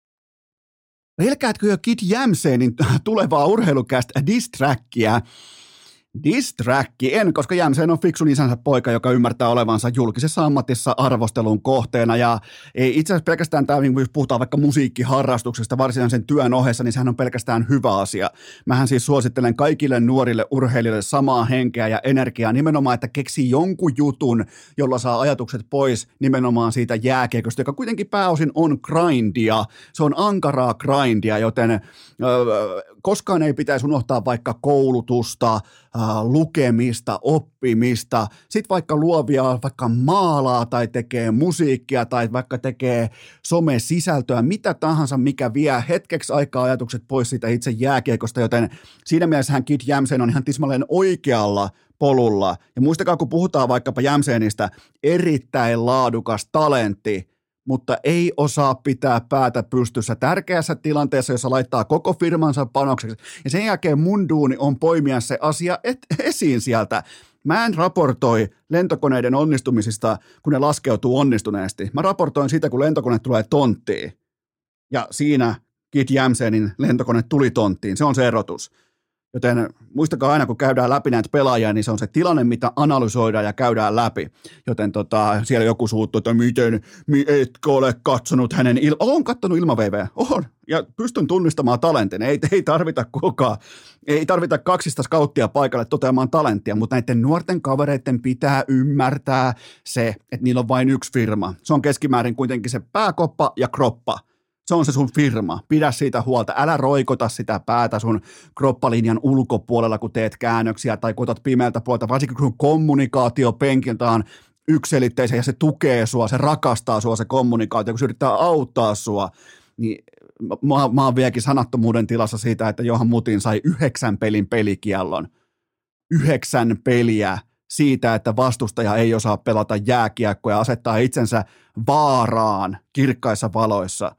Pelkäätkö jo Kid Jämsenin tulevaa urheilukästä diss-trackia? Diss-tracki en, koska Jämseen on fiksun isänsä poika, joka ymmärtää olevansa julkisessa ammatissa arvostelun kohteena. Ja ei itse asiassa pelkästään tämä, jos puhutaan vaikka musiikkiharrastuksesta varsinaisen työn ohessa, niin sehän on pelkästään hyvä asia. Mähän siis suosittelen kaikille nuorille urheilijoille samaa henkeä ja energiaa nimenomaan, että keksii jonkun jutun, jolla saa ajatukset pois nimenomaan siitä jääkiekosta, joka kuitenkin pääosin on grindia. Se on ankaraa grindia, joten ö, koskaan ei pitäisi unohtaa vaikka koulutusta, lukemista, oppimista, sitten vaikka luovia, vaikka maalaa tai tekee musiikkia tai vaikka tekee some-sisältöä, mitä tahansa, mikä vie hetkeksi aikaa ajatukset pois siitä itse jääkiekosta, joten siinä mielessä hän Kid Jämsen on ihan tismalleen oikealla polulla. Ja muistakaa, kun puhutaan vaikkapa Jämsenistä, erittäin laadukas talentti, mutta ei osaa pitää päätä pystyssä tärkeässä tilanteessa, jossa laittaa koko firmansa panokseksi. Ja sen jälkeen mun duuni on poimia se asia et, esiin sieltä. Mä en raportoi lentokoneiden onnistumisista, kun ne laskeutuu onnistuneesti. Mä raportoin sitä, kun lentokone tulee tonttiin. Ja siinä Kid Jämsenin lentokone tuli tonttiin. Se on se erotus. Joten muistakaa aina, kun käydään läpi näitä pelaajia, niin se on se tilanne, mitä analysoidaan ja käydään läpi. Joten tota, siellä joku suuttuu, että miten, etkö ole katsonut hänen, il- olen katsonut ilmaveiveä, on, ja pystyn tunnistamaan talentin. Ei, ei tarvita kukaan, ei tarvita kaksista skauttia paikalle toteamaan talenttia, mutta näiden nuorten kavereiden pitää ymmärtää se, että niillä on vain yksi firma. Se on keskimäärin kuitenkin se pääkoppa ja kroppa. Se on se sun firma. Pidä siitä huolta. Älä roikota sitä päätä sun kroppalinjan ulkopuolella, kun teet käännöksiä tai kun otat pimeältä puolelta, varsinkin kun kommunikaatio penkiltä on yksiselitteisen ja se tukee sua, se rakastaa sua se kommunikaatio, kun se yrittää auttaa sua, niin mä, mä oon vieläkin sanattomuuden tilassa siitä, että Johan Mutin sai yhdeksän pelin pelikiellon. Yhdeksän peliä siitä, että vastustaja ei osaa pelata jääkiekkoa ja asettaa itsensä vaaraan kirkkaissa valoissa.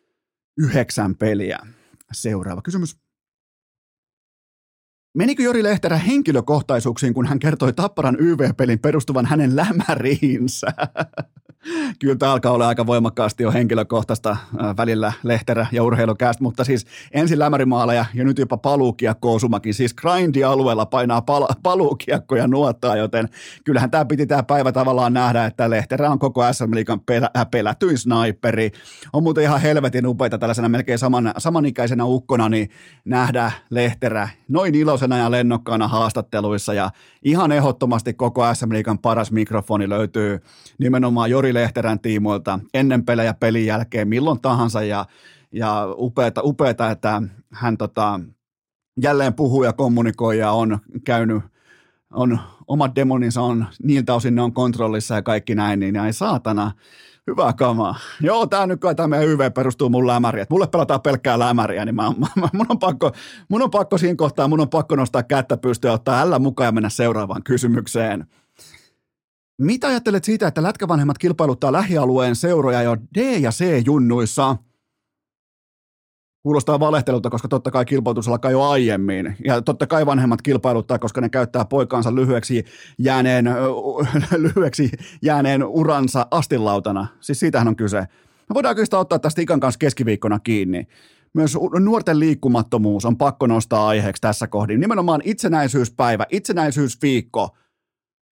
Yhdeksän peliä. Seuraava kysymys. Menikö Jori Lehterä henkilökohtaisuuksiin, kun hän kertoi Tapparan Y V-pelin perustuvan hänen lämäriinsä? Kyllä tämä alkaa olla aika voimakkaasti jo henkilökohtaista välillä Lehterä ja urheilukästä, mutta siis ensin lämärimaaleja ja nyt jopa paluukiekko osumakin. Siis grindialueella painaa pal- paluukiekkoja nuottaa, joten kyllähän tämä piti tämä päivä tavallaan nähdä, että Lehterä on koko S M-liigan pelä- pelätyin sniperi. On muuten ihan helvetin upeita tällaisena melkein saman, samanikäisenä ukkona niin nähdä Lehterä noin iloisena ja lennokkaana haastatteluissa ja ihan ehdottomasti koko S M-liigan paras mikrofoni löytyy nimenomaan Jori Lehterän tiimoilta ennen pelejä pelin jälkeen milloin tahansa ja, ja upeata, upeata, että hän tota, jälleen puhuu ja kommunikoi ja on käynyt, on, omat demoninsa on, niiltä osin ne on kontrollissa ja kaikki näin, niin ai saatana, hyvä kamaa. Joo, tää nykyään tämä meidän Y V perustuu mun lämäriin, että mulle pelataan pelkkää lämäriä, niin mä, mä, mun, on pakko, mun on pakko siinä kohtaa, mun on pakko nostaa kättä pystyä ja ottaa ällä mukaan ja mennä seuraavaan kysymykseen. Mitä ajattelet siitä, että lätkävanhemmat kilpailuttaa lähialueen seuroja jo D- ja C-junnuissa? Kuulostaa valehtelulta, koska totta kai kilpailutus alkaa jo aiemmin. Ja totta kai vanhemmat kilpailuttaa, koska ne käyttää poikaansa lyhyeksi jääneen, lyhyeksi jääneen uransa astilautana. Siis siitähän on kyse. Me voidaan kyllä ottaa tästä Ikan kanssa keskiviikkona kiinni. Myös nuorten liikkumattomuus on pakko nostaa aiheeksi tässä kohdin. Nimenomaan itsenäisyyspäivä, itsenäisyysviikko.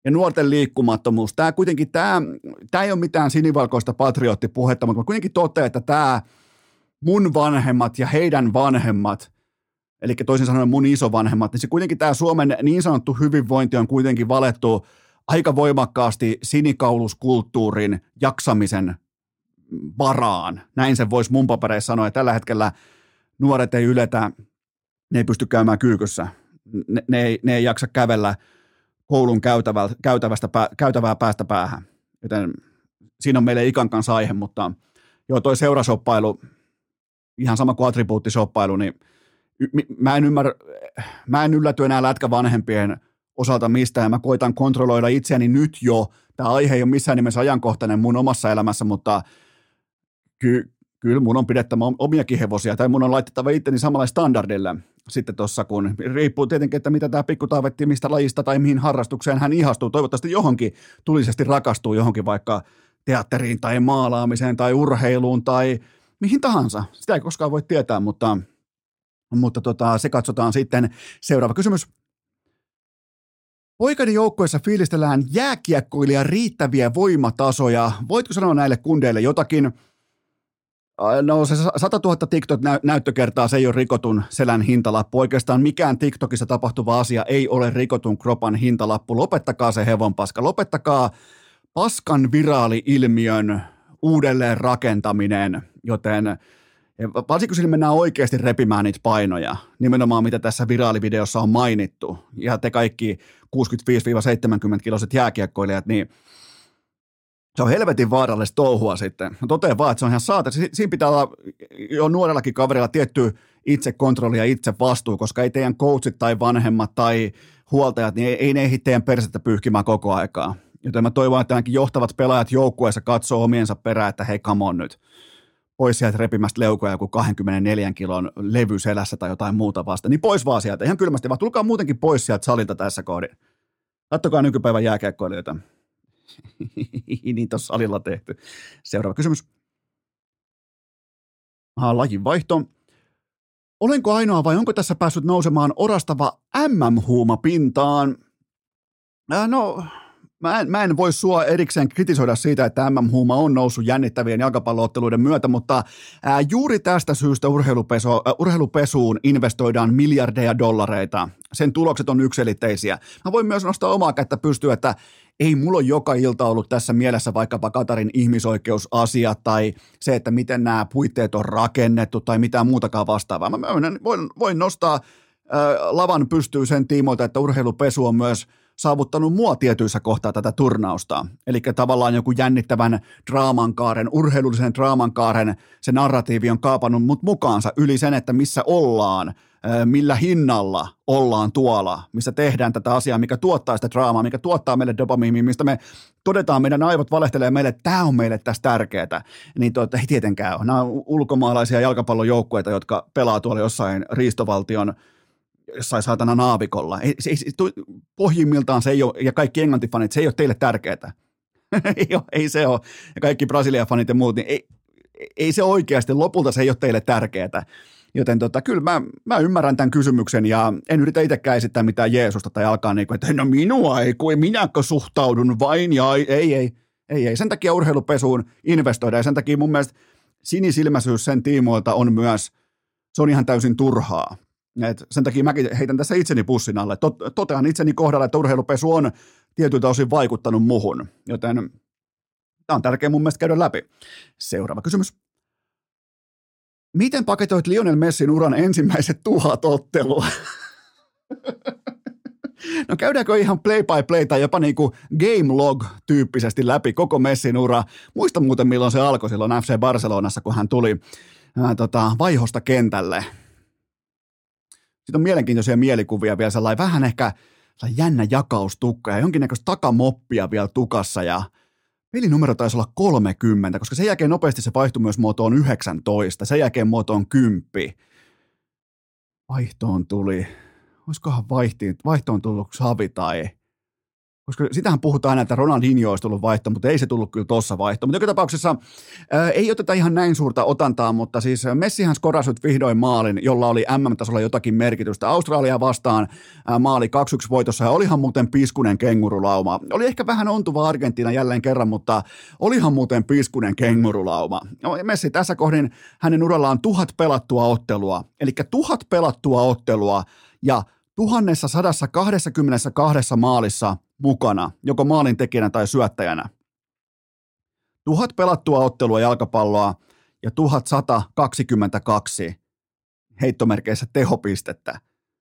ja nuorten liikkumattomuus. Tämä kuitenkin, tämä, tämä ei ole mitään sinivalkoista patriottipuhetta, mutta mä kuitenkin totean, että tämä mun vanhemmat ja heidän vanhemmat, eli toisin sanoen mun isovanhemmat, niin se kuitenkin tämä Suomen niin sanottu hyvinvointi on kuitenkin valettu aika voimakkaasti sinikauluskulttuurin jaksamisen varaan. Näin sen voisi mun papereissa sanoa, ja tällä hetkellä nuoret ei yletä, ne ei pysty käymään kyykyssä, ne, ne, ei, ne ei jaksa kävellä koulun käytävä, käytävästä, käytävää päästä päähän, joten siinä on meille ikan kanssa aihe, mutta joo, toi seurasoppailu, ihan sama kuin attribuuttisoppailu, niin mä en ymmärrä, mä en ylläty enää lätkävanhempien osalta mistään, mä koitan kontrolloida itseäni nyt jo, tämä aihe ei ole missään nimessä ajankohtainen mun omassa elämässä, mutta ky, kyllä mun on pidettävä omiakin hevosia, tai mun on laitettava itteni samalle standardille sitten tuossa, kun riippuu tietenkin, että mitä tämä pikkutaavetti, mistä lajista tai mihin harrastukseen hän ihastuu, toivottavasti johonkin tulisesti rakastuu johonkin vaikka teatteriin tai maalaamiseen tai urheiluun tai mihin tahansa, sitä ei koskaan voi tietää, mutta, mutta tota, se katsotaan sitten. Seuraava kysymys. Poikani joukkueessa fiilistellään jääkiekkoilijan riittäviä voimatasoja. Voitko sanoa näille kundeille jotakin? No se satatuhatta TikTok-näyttökertaa, se ei ole rikotun selän hintalappu. Oikeastaan mikään TikTokissa tapahtuva asia ei ole rikotun kropan hintalappu. Lopettakaa se hevonpaska. Lopettakaa paskan viraali-ilmiön uudelleen rakentaminen, joten varsinkin kun sillä mennään oikeasti repimään niitä painoja, nimenomaan mitä tässä viraalivideossa on mainittu, ja te kaikki kuusikymmentäviisi seitsemänkymmentä kiloiset jääkiekkoilijat, niin se on helvetin vaarallista touhua sitten. Mä totean vaan, että se on ihan saatana. Siinä pitää olla jo nuorellakin kaverilla tietty itsekontrolli ja itse vastuu, koska ei teidän coachit tai vanhemmat tai huoltajat, niin ei, ei ne ehdi teidän persettä pyyhkimään koko aikaa. Joten mä toivon, että ainakin johtavat pelaajat joukkueessa katsoo omiensa perään, että hei, come on nyt. Pois sieltä repimästä leukoja joku kaksikymmentäneljä kilon levy selässä tai jotain muuta vasta. Niin pois vaan sieltä, ihan kylmästi, vaan tulkaa muutenkin pois sieltä salilta tässä kohdin. Kattokaa nykypäivän jääkiekkoilijoita. Niin tuossa salilla tehty. Seuraava kysymys. Aha, lajin vaihto. Olenko ainoa vai onko tässä päässyt nousemaan orastava M M-huuma pintaan? Äh, no... Mä en, mä en voi sua erikseen kritisoida siitä, että M M-huuma on noussut jännittävien jalkapallootteluiden myötä, mutta ää, juuri tästä syystä urheilupesu, ää, urheilupesuun investoidaan miljardeja dollareita. Sen tulokset on yksiselitteisiä. Mä voin myös nostaa omaa kättä pystyä, että ei mulla ole joka ilta ollut tässä mielessä vaikkapa Katarin ihmisoikeusasiat tai se, että miten nämä puitteet on rakennettu tai mitään muutakaan vastaavaa. Mä voin, voin nostaa ää, lavan pystyyn sen tiimoilta, että urheilupesu on myös saavuttanut mua tietyissä kohtaa tätä turnausta. Eli tavallaan joku jännittävän draamankaaren, urheilullisen draamankaaren, se narratiivi on kaapannut mut mukaansa yli sen, että missä ollaan, millä hinnalla ollaan tuolla, missä tehdään tätä asiaa, mikä tuottaa sitä draamaa, mikä tuottaa meille dopamiimia, mistä me todetaan, meidän aivot valehtelee meille, että tämä on meille tässä tärkeää. Niin tuota, ei tietenkään ole. Nämä on ulkomaalaisia jalkapallojoukkueita, jotka pelaa tuolla jossain riistovaltion jossain saatana naavikolla. Ei, se, se, pohjimmiltaan se ei ole, ja kaikki englantifanit, se ei ole teille tärkeää. ei, ole, ei se ole. Ja kaikki Brasilia-fanit ja muut, niin ei, ei se oikeasti, lopulta se ei ole teille tärkeää. Joten tota, kyllä mä, mä ymmärrän tämän kysymyksen, ja en yritä itsekään esittää mitään Jeesusta tai alkaa niin kuin, että no minua ei, kun minäkö suhtaudun vain, ja ei, ei, ei, ei, ei. Sen takia urheilupesuun investoida, ja sen takia mun mielestä sinisilmäisyys sen tiimoilta on myös, se on ihan täysin turhaa. Et sen takia mäkin heitän tässä itseni pussin alle. Tot, totean itseni kohdalla, että urheilupesu on tietyiltä osin vaikuttanut muhun, joten tämä on tärkeää mun mielestä käydä läpi. Seuraava kysymys. Miten paketoit Lionel Messin uran ensimmäiset tuhat ottelua? No käydäänkö ihan play by play tai jopa niin kuin game log tyyppisesti läpi koko Messin ura? Muista muuten milloin se alkoi silloin F C Barcelonassa, kun hän tuli ää, tota, vaihosta kentälle. Sitten on mielenkiintoisia mielikuvia vielä, sellainen vähän ehkä sellainen jännä jakaustukka ja jonkinnäköistä takamoppia vielä tukassa ja pelinumero taisi olla kolmekymmentä, koska sen jälkeen nopeasti se vaihtui myös muotoon yhdeksäntoista, sen jälkeen muotoon kymmenen. Vaihtoon tuli, olisikohan vaihtiin, vaihtoon tullut Xavi tai koska sitähän puhutaan aina, että Ronaldinho olisi tullut vaihto, mutta ei se tullut kyllä tuossa vaihto. Mutta joka tapauksessa ää, ei oteta ihan näin suurta otantaa, mutta siis Messihän skorasi nyt vihdoin maalin, jolla oli M M-tasolla jotakin merkitystä. Australia vastaan ää, maali kaksi yksi voitossa ja olihan muuten piskunen kengurulauma. Oli ehkä vähän ontuva Argentiina jälleen kerran, mutta olihan muuten piskunen kengurulauma. Messi tässä kohdin hänen urallaan tuhat pelattua ottelua, eli tuhat pelattua ottelua ja tuhannessa sadassa kahdessakymmenessäkahdessa maalissa mukana, joko maalin tekijänä tai syöttäjänä. Tuhat pelattua ottelua jalkapalloa ja tuhatsata kaksikymmentäkaksi heittomerkeissä tehopistettä.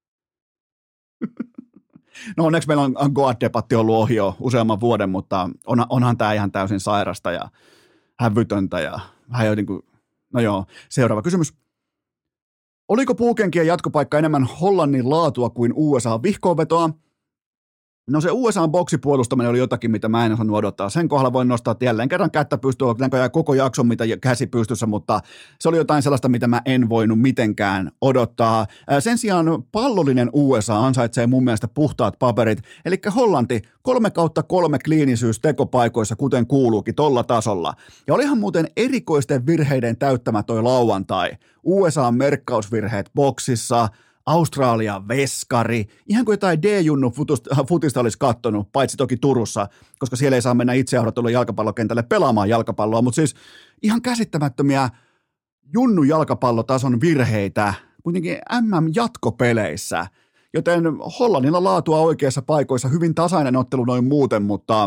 No onneksi meillä on Goat-debatti ollut ohi jo useamman vuoden, mutta on, onhan tämä ihan täysin sairasta ja hävytöntä ja vähän jo niin kuin, no joo, seuraava kysymys. Oliko puukenkien jatkopaikka enemmän Hollannin laatua kuin U S A-vihkoonvetoa? No se U S A:n boksipuolustaminen oli jotakin, mitä mä en osannut odottaa. Sen kohdalla voin nostaa jälleen kerran kättä pystyyn, näköjään koko jakson, mitä käsi pystyssä, mutta se oli jotain sellaista, mitä mä en voinut mitenkään odottaa. Sen sijaan pallollinen U S A ansaitsee mun mielestä puhtaat paperit, eli Hollanti kolme kautta kolme kliinisyys tekopaikoissa, kuten kuuluukin, tolla tasolla. Ja olihan muuten erikoisten virheiden täyttämä toi lauantai. U S A:n merkkausvirheet boksissa, Australian veskari, ihan kuin jotain D-junnu futista olisi kattonut, paitsi toki Turussa, koska siellä ei saa mennä itse odotulle jalkapallokentälle pelaamaan jalkapalloa, mutta siis ihan käsittämättömiä junnu jalkapallotason virheitä kuitenkin M M-jatkopeleissä, joten Hollannilla laatua oikeissa paikoissa, hyvin tasainen ottelu noin muuten, mutta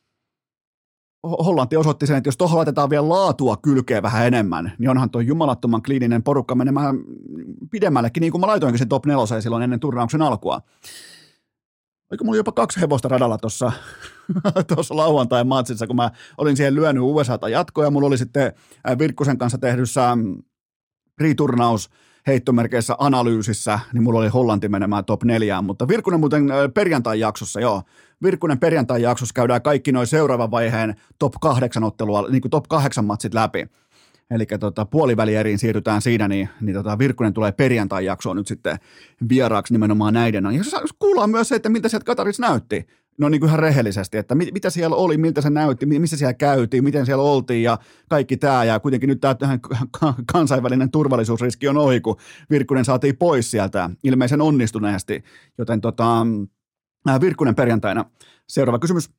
Hollanti osoitti sen, että jos tuohon laitetaan vielä laatua kylkeen vähän enemmän, niin onhan tuo jumalattoman kliininen porukka menemään pidemmällekin, niin kuin mä laitoinkin sen top neloseen silloin ennen turnauksen alkua. Oliko mulla jopa kaksi hevosta radalla tuossa tuossa lauantain matsissa, kun mä olin siihen lyönyt U S A:ta jatkoa, ja mulla oli sitten Virkkusen kanssa tehdyssä pre-turnaus heittomerkeissä analyysissä, niin mulla oli Hollanti menemään top neljään, mutta Virkkunen muuten perjantain jaksossa, joo, Virkkunen perjantain jaksossa käydään kaikki noin seuraavan vaiheen top kahdeksan ottelua, niin kuin top kahdeksan matsit läpi. Eli tota, puolivälieriin siirrytään siinä, niin, niin tota, Virkkunen tulee perjantain jaksoon nyt sitten vieraaksi nimenomaan näiden. Ja kuullaan myös se, että miltä sieltä Katarissa näytti. No niin kuin ihan rehellisesti, että mit, mitä siellä oli, miltä se näytti, missä siellä käytiin, miten siellä oltiin ja kaikki tämä. Ja kuitenkin nyt tämä kansainvälinen turvallisuusriski on ohi, kun Virkkunen saatiin pois sieltä ilmeisen onnistuneesti. Joten tota, Virkkunen perjantaina. Seuraava kysymys.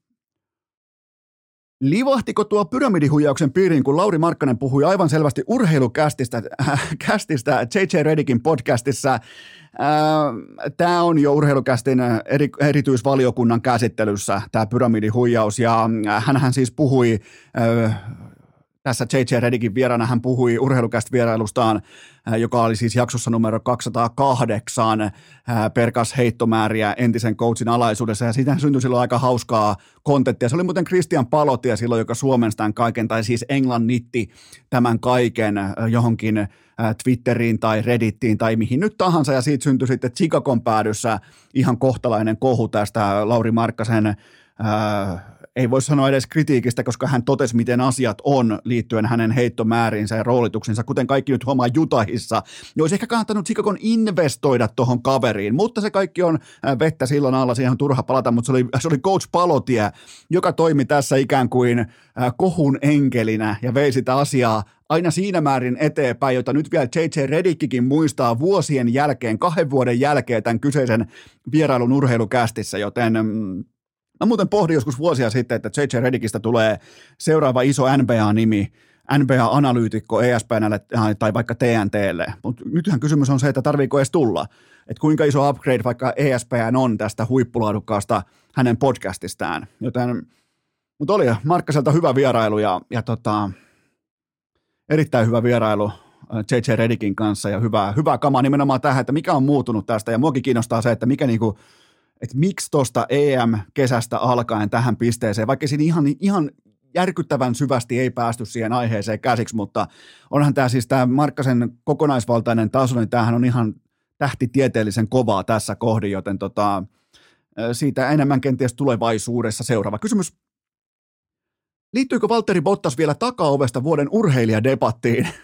Livahtiko tuo pyramidihuijauksen piiriin, kun Lauri Markkanen puhui aivan selvästi urheilukästistä äh, kästistä J J Redickin podcastissa? Äh, tämä on jo urheilukästin eri, erityisvaliokunnan käsittelyssä, tämä pyramidihuijaus, ja hänhän siis puhui äh, tässä J J Redickin vieraana, hän puhui urheilukäst-vierailustaan, joka oli siis jaksossa numero kaksisataakahdeksan, perkas heittomääriä entisen coachin alaisuudessa, ja siitä syntyi silloin aika hauskaa kontenttia. Se oli muuten Christian Palotia silloin, joka suomensi tämän kaiken, tai siis englannitti tämän kaiken johonkin Twitteriin tai Reddittiin tai mihin nyt tahansa, ja siitä syntyi sitten Chicagon päädyssä ihan kohtalainen kohu tästä Lauri Markkasen ää, ei voi sanoa edes kritiikistä, koska hän totesi, miten asiat on liittyen hänen heittomääriinsä ja roolituksensa, kuten kaikki nyt huomaa Utahissa. Niin olisi ehkä kannattanut Chicagon investoida tuohon kaveriin, mutta se kaikki on vettä silloin alla, siihen on turha palata, mutta se oli, se oli Coach Palotie, joka toimi tässä ikään kuin kohun enkelinä ja vei sitä asiaa aina siinä määrin eteenpäin, jota nyt vielä J J Redickikin muistaa vuosien jälkeen, kahden vuoden jälkeen tämän kyseisen vierailun urheilukästissä, joten mä muuten pohdin joskus vuosia sitten, että J J Redickistä tulee seuraava iso N B A-nimi, N B A-analyytikko E S P N:lle tai vaikka T N T:lle. Mutta nythän kysymys on se, että tarviiko edes tulla. Että kuinka iso upgrade vaikka E S P N on tästä huippulaadukkaasta hänen podcastistaan. Joten, mutta oli Markkaselta hyvä vierailu ja, ja tota, erittäin hyvä vierailu J J Redickin kanssa ja hyvää, hyvää kamaa nimenomaan tähän, että mikä on muuttunut tästä. Ja muakin kiinnostaa se, että mikä niinku että miksi tuosta E M-kesästä alkaen tähän pisteeseen, vaikka siinä ihan, ihan järkyttävän syvästi ei päästy siihen aiheeseen käsiksi, mutta onhan tämä siis tämä Markkasen kokonaisvaltainen taso, niin tämähän on ihan tähtitieteellisen kovaa tässä kohdin, joten tota, siitä enemmän kenties tulevaisuudessa. Seuraava kysymys. Liittyykö Valtteri Bottas vielä takaovesta vuoden urheilijadebattiin?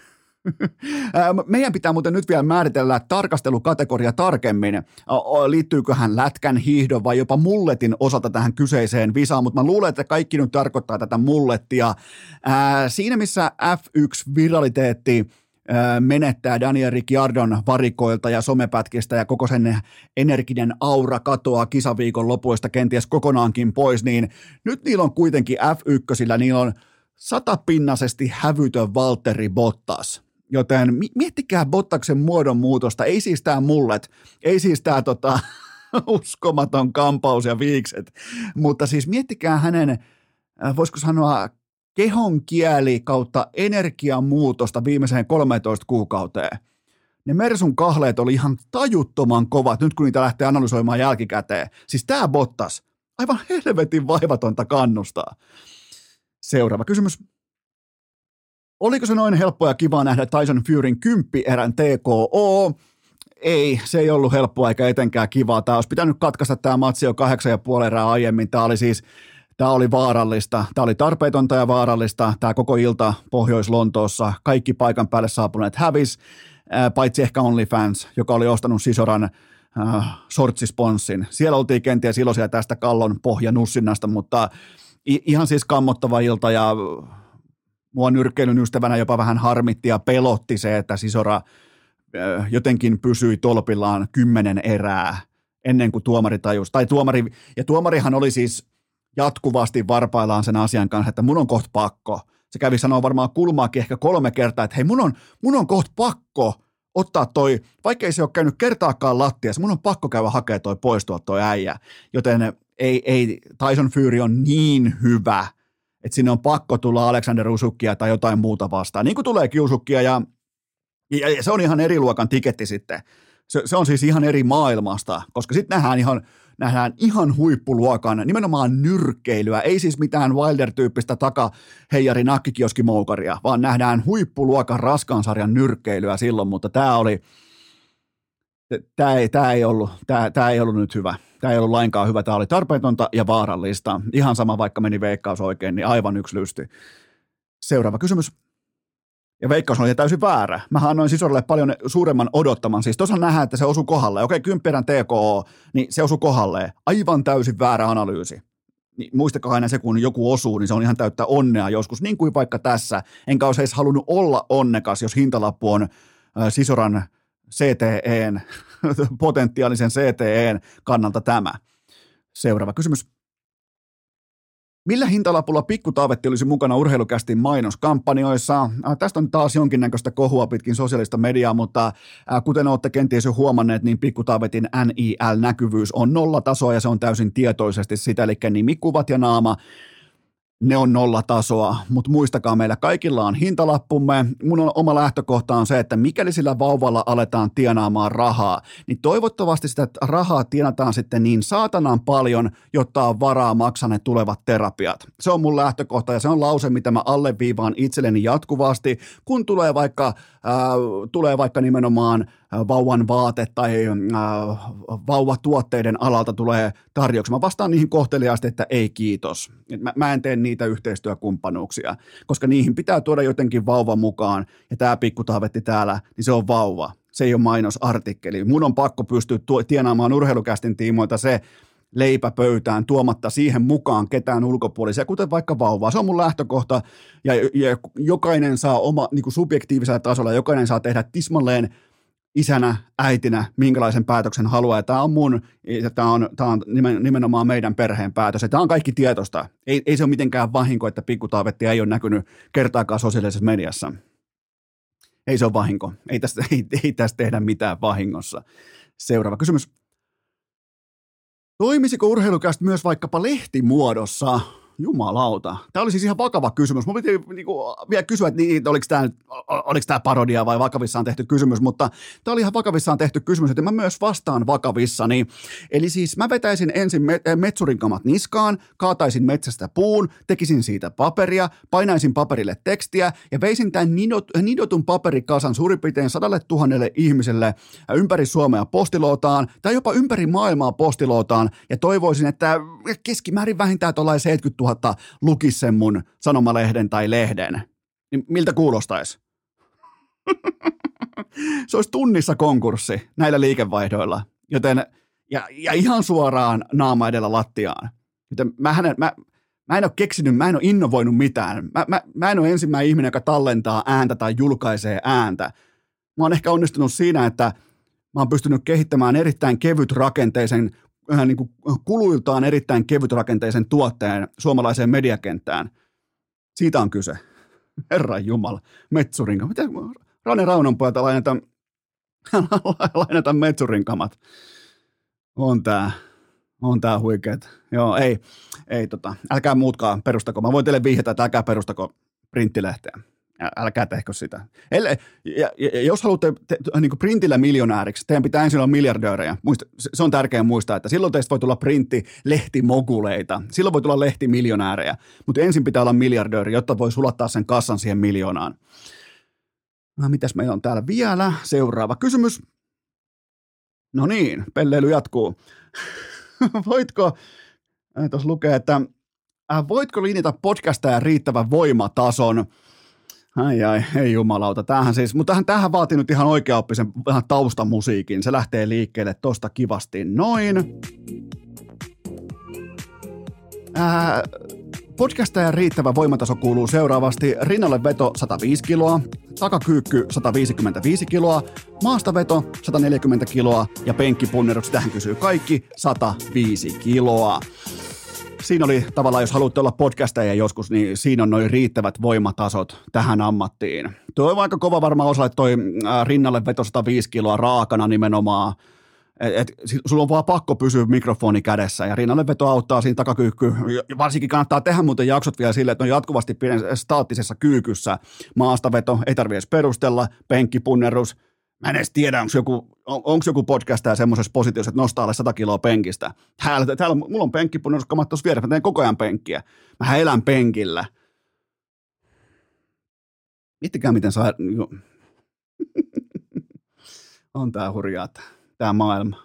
Meidän pitää muuten nyt vielä määritellä tarkastelukategoria tarkemmin. Liittyykö hän lätkän, hiihdon vai jopa mulletin osalta tähän kyseiseen visaan, mutta mä luulen, että kaikki nyt tarkoittaa tätä mullettia. Siinä missä F yksi viraliteetti menettää Daniel Ricciardon varikoilta ja somepätkistä ja koko sen energinen aura katoaa kisaviikon lopuista kenties kokonaankin pois, niin nyt niillä on kuitenkin F yksi, niillä on satapinnaisesti hävytön Valtteri Bottas. Joten miettikää Bottaksen muodonmuutosta, ei siis tää mullet, ei siis tää tota, uskomaton kampaus ja viikset, mutta siis miettikää hänen, voisiko sanoa, kehon kieli kautta energiamuutosta viimeiseen kolmetoista kuukauteen. Ne Mersun kahleet oli ihan tajuttoman kovat, nyt kun niitä lähtee analysoimaan jälkikäteen. Siis tää Bottas, aivan helvetin vaivatonta kannustaa. Seuraava kysymys. Oliko se noin helppoa ja kivaa nähdä Tyson Furyn kymppi-erän T K O? Ei, se ei ollut helppoa eikä etenkään kivaa. Tämä olisi pitänyt katkaista tämä matsi jo kahdeksan ja puoli erää aiemmin. Tämä oli siis, tämä oli vaarallista. Tämä oli tarpeetonta ja vaarallista. Tämä koko ilta Pohjois-Lontoossa. Kaikki paikan päälle saapuneet hävis, paitsi ehkä OnlyFans, joka oli ostanut Sisoran äh, sortsisponssin. Siellä oltiin kenties iloisia tästä kallon pohjanussinnasta, mutta ihan siis kammottava ilta ja mua nyrkkeilyn ystävänä jopa vähän harmitti ja pelotti se, että Sisora jotenkin pysyi tolpillaan kymmenen erää ennen kuin tuomari tajusi. Tai tuomari, ja tuomarihan oli siis jatkuvasti varpaillaan sen asian kanssa, että mun on kohta pakko. Se kävi sanoa varmaan kulmaakin ehkä kolme kertaa, että hei mun on, mun on kohta pakko ottaa toi, vaikkei se ole käynyt kertaakaan lattiassa, mun on pakko käydä hakemaan toi poistua toi äijä. Joten ei, ei, Tyson Fury on niin hyvä, että sinne on pakko tulla Alexander Usukkia tai jotain muuta vastaan. Niin kuin tulee Usukkia ja, ja, ja se on ihan eri luokan tiketti sitten. Se, se on siis ihan eri maailmasta, koska sitten nähdään ihan, nähdään ihan huippuluokan, nimenomaan nyrkkeilyä, ei siis mitään Wilder-tyyppistä takaheijari nakkikioskimoukaria, vaan nähdään huippuluokan raskaan sarjan nyrkkeilyä silloin, mutta tämä oli, tämä ei, tämä ei ollut, tämä, tämä ei ollut nyt hyvä. Tämä ei ollut lainkaan hyvä, tämä oli tarpeetonta ja vaarallista. Ihan sama, vaikka meni veikkaus oikein, niin aivan yksi lysti. Seuraava kysymys. Ja veikkaus oli täysin väärä. Mä annoin Sisorille paljon suuremman odottaman. Siis tuossa nähdään, että se osui kohdalle. Okei, kympperän T K O, niin se osui kohdalleen. Aivan täysin väärä analyysi. Niin muistakaa aina se, kun joku osuu, niin se on ihan täyttä onnea joskus, niin kuin vaikka tässä. Enkä olisi edes halunnut olla onnekas, jos hintalappu on äh, Sisoran C T E:n, potentiaalisen C T E:n kannalta tämä. Seuraava kysymys. Millä hintalapulla Pikku Taavetti olisi mukana Urheilukästin mainoskampanjoissa? Äh, tästä on taas jonkinnäköistä kohua pitkin sosiaalista mediaa, mutta äh, kuten olette kenties jo huomanneet, niin Pikku Taavetin N I L-näkyvyys on nollatasoa ja se on täysin tietoisesti sitä, eli nimikuvat ja naama, ne on nollatasoa, mutta muistakaa, meillä kaikilla on hintalappumme. Mun on, oma lähtökohta on se, että mikäli sillä vauvalla aletaan tienaamaan rahaa, niin toivottavasti sitä rahaa tienataan sitten niin saatanan paljon, jotta on varaa maksaa ne tulevat terapiat. Se on mun lähtökohta ja se on lause, mitä mä alleviivaan itselleni jatkuvasti, kun tulee vaikka, äh, tulee vaikka nimenomaan vauvan vaate tai äh, vauvatuotteiden alalta tulee tarjouksia. Mä vastaan niihin kohteliaasti, että ei kiitos. Mä, mä en tee niitä yhteistyökumppanuuksia, koska niihin pitää tuoda jotenkin vauva mukaan. Ja tämä Pikku Taavetti täällä, niin se on vauva. Se ei ole mainosartikkeli. Mun on pakko pystyä tuo, tienaamaan Urheilukästin tiimoilta se leipä pöytään tuomatta siihen mukaan ketään ulkopuolisia, kuten vaikka vauvaa. Se on mun lähtökohta ja, ja jokainen saa oma niin kuin subjektiivisella tasolla, jokainen saa tehdä tismalleen isänä, äitinä, minkälaisen päätöksen haluaa. Tämä on mun, tämä on, tämä on nimenomaan meidän perheen päätös. Ja tämä on kaikki tietosta. Ei, ei se ole mitenkään vahinko, että Pikku Taavetti ei ole näkynyt kertaakaan sosiaalisessa mediassa. Ei se ole vahinko. Ei tästä, ei, ei tästä tehdä mitään vahingossa. Seuraava kysymys. Toimisiko Urheilukästä myös vaikkapa lehtimuodossa? Jumalauta. Tämä oli siis ihan vakava kysymys. Mun piti niinku vielä kysyä, että niin, oliko tämä, oliko tämä parodia vai vakavissaan tehty kysymys, mutta tämä oli ihan vakavissaan tehty kysymys, että mä myös vastaan vakavissani. Eli siis mä vetäisin ensin metsurinkamat niskaan, kaataisin metsästä puun, tekisin siitä paperia, painaisin paperille tekstiä ja veisin tämän nidotun paperikasan suurin piirtein sadalle tuhannelle ihmiselle ympäri Suomea postilootaan tai jopa ympäri maailmaa postilootaan ja toivoisin, että keskimäärin vähintään tuollainen seitsemänkymmentätuhatta lukisi sen mun sanomalehden tai lehden. Niin miltä kuulostaisi? Se olisi tunnissa konkurssi näillä liikevaihdoilla, joten, ja, ja ihan suoraan naama edellä lattiaan. Joten mä, hänen, mä, mä en ole keksinyt, mä en ole innovoinut mitään. Mä, mä, mä en ole ensimmäinen ihminen, joka tallentaa ääntä tai julkaisee ääntä. Mä oon ehkä onnistunut siinä, että mä oon pystynyt kehittämään erittäin kevytrakenteisen, äh, niin kuin kuluiltaan erittäin kevytrakenteisen tuotteen suomalaiseen mediakenttään. Siitä on kyse. Herran Jumala, Metsurinka. Mitä Rane Raunonpojalta lainata, lainata Metsurinkamat? On tää, on tää huikeet. Joo, ei, ei tota, älkää muutkaan perustako. Mä voin teille vihjata, että älkää perustako printtilehteä. Älkää tehkö sitä. Eli, ja, ja, jos haluatte te, niin kuin printillä miljonääriksi, teidän pitää ensin olla miljardöörejä. Muista, se on tärkeää muistaa, että silloin teistä voi tulla printti-lehtimoguleita. Silloin voi tulla lehtimiljonäärejä. Mutta ensin pitää olla miljardööri, jotta voi sulattaa sen kassan siihen miljoonaan. No, mitäs meillä on täällä vielä? Seuraava kysymys. No niin, pelleily jatkuu. Voitko, tuossa lukee, että äh, voitko linjata podcastajan riittävän voimatason? Ai ai, ei jumalauta. Tämähän siis, mutta tämähän, tämähän vaatii nyt ihan oikeaoppisen vähän taustamusiikin. Se lähtee liikkeelle tosta kivasti noin. Ää, podcastajan riittävä voimataso kuuluu seuraavasti: rinnalle veto sata viisi kiloa, takakyykky sata viisikymmentäviisi kiloa, maastaveto sata neljäkymmentä kiloa ja penkkipunnerus, tähän kysyy kaikki, sata viisi kiloa. Siinä oli tavallaan, jos haluatte olla podcasteja joskus, niin siinä on noin riittävät voimatasot tähän ammattiin. Tuo on aika kova varmaan osa, että toi rinnalle veto sata viisi kiloa raakana nimenomaan. Et, et, sulla on vaan pakko pysyä mikrofoni kädessä ja rinnalle veto auttaa siinä takakyykky. Varsinkin kannattaa tehdä muuten jaksot vielä silleen, että on jatkuvasti pienen staattisessa kyykyssä. Maastaveto, ei tarvitse edes perustella, penkkipunnerus. Mä en edes tiedä, onko joku, on, onko joku podcastaja semmoisessa positiossa, että nostaa alle sata kiloa penkistä. Täällä, täällä mulla on penkkipunneruskamat tuossa vieressä, mä teen koko ajan penkkiä. Mä elän penkillä. Miettikää, miten saa... on tää hurjaa, tää maailma.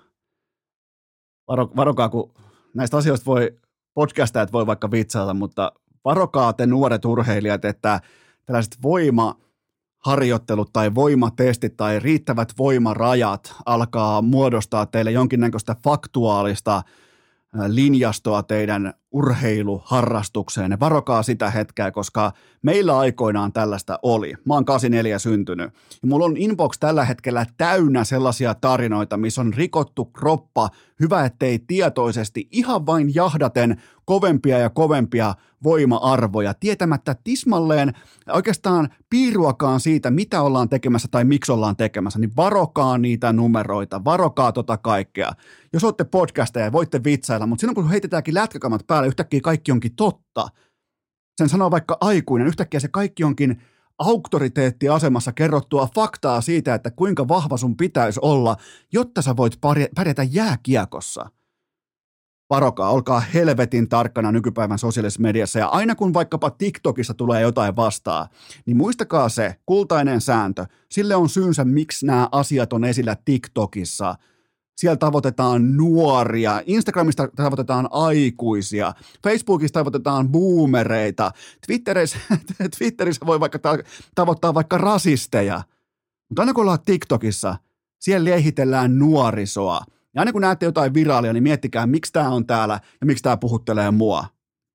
Varo, varokaa, kun näistä asioista voi, podcastajat voi vaikka vitsailla, mutta varokaa te nuoret urheilijat, että tällaiset voima... harjoittelut tai voimatestit tai riittävät voimarajat alkaa muodostaa teille jonkinnäköistä faktuaalista linjastoa teidän urheiluharrastukseen. Varokaa sitä hetkeä, koska meillä aikoinaan tällaista oli. Mä oon kahdeksankymmentäneljä syntynyt. Ja mulla on inbox tällä hetkellä täynnä sellaisia tarinoita, missä on rikottu kroppa, hyvä ettei tietoisesti, ihan vain jahdaten kovempia ja kovempia voima-arvoja, tietämättä tismalleen oikeastaan piiruakaan siitä, mitä ollaan tekemässä tai miksi ollaan tekemässä, niin varokaa niitä numeroita, varokaa tota kaikkea. Jos olette podcasteja, voitte vitsailla, mutta silloin kun heitetäänkin lätkäkamat päälle, yhtäkkiä kaikki onkin totta. Sen sanoo vaikka aikuinen, yhtäkkiä se kaikki onkin auktoriteettiasemassa kerrottua faktaa siitä, että kuinka vahva sun pitäisi olla, jotta sä voit pärjätä jääkiekossa. Varokaa, olkaa helvetin tarkkana nykypäivän sosiaalisessa mediassa ja aina kun vaikkapa TikTokissa tulee jotain vastaan, niin muistakaa se kultainen sääntö. Sille on syynsä, miksi nämä asiat on esillä TikTokissa. Siellä tavoitetaan nuoria, Instagramista tavoitetaan aikuisia, Facebookista tavoitetaan boomereita, Twitterissä, Twitterissä voi vaikka tavoittaa vaikka rasisteja. Mutta aina kun ollaan TikTokissa, siellä liehitellään nuorisoa. Ja aina kun näette jotain viraalia, niin miettikää, miksi tämä on täällä ja miksi tämä puhuttelee mua.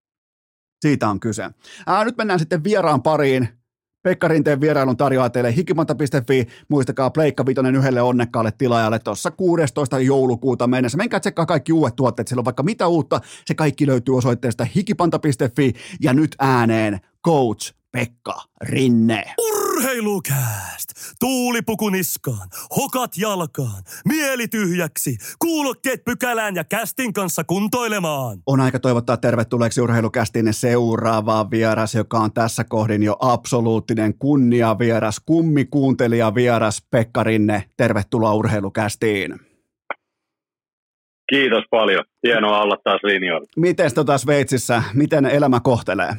Siitä on kyse. Ää, nyt mennään sitten vieraan pariin. Pekka Rinteen vierailun tarjoaa teille hikipanta piste fi. Muistakaa Pleikka Vitonen yhdelle onnekkaalle tilaajalle tuossa kuudestoista joulukuuta mennessä. Menkää tsekkaa kaikki uudet tuotteet, siellä on vaikka mitä uutta. Se kaikki löytyy osoitteesta hikipanta piste fi. Ja nyt ääneen Coach Pekka Rinne. Urheilukääst! Tuulipuku niskaan, hokat jalkaan, mieli tyhjäksi, kuulokkeet pykälään ja kästin kanssa kuntoilemaan. On aika toivottaa tervetulleeksi Urheilukästin seuraava vieras, joka on tässä kohdin jo absoluuttinen kunniavieras, kummikuuntelijavieras Pekka Rinne. Tervetuloa Urheilukästiin. Kiitos paljon. Hienoa olla taas linjoilla. Miten tota Sveitsissä, miten elämä kohtelee?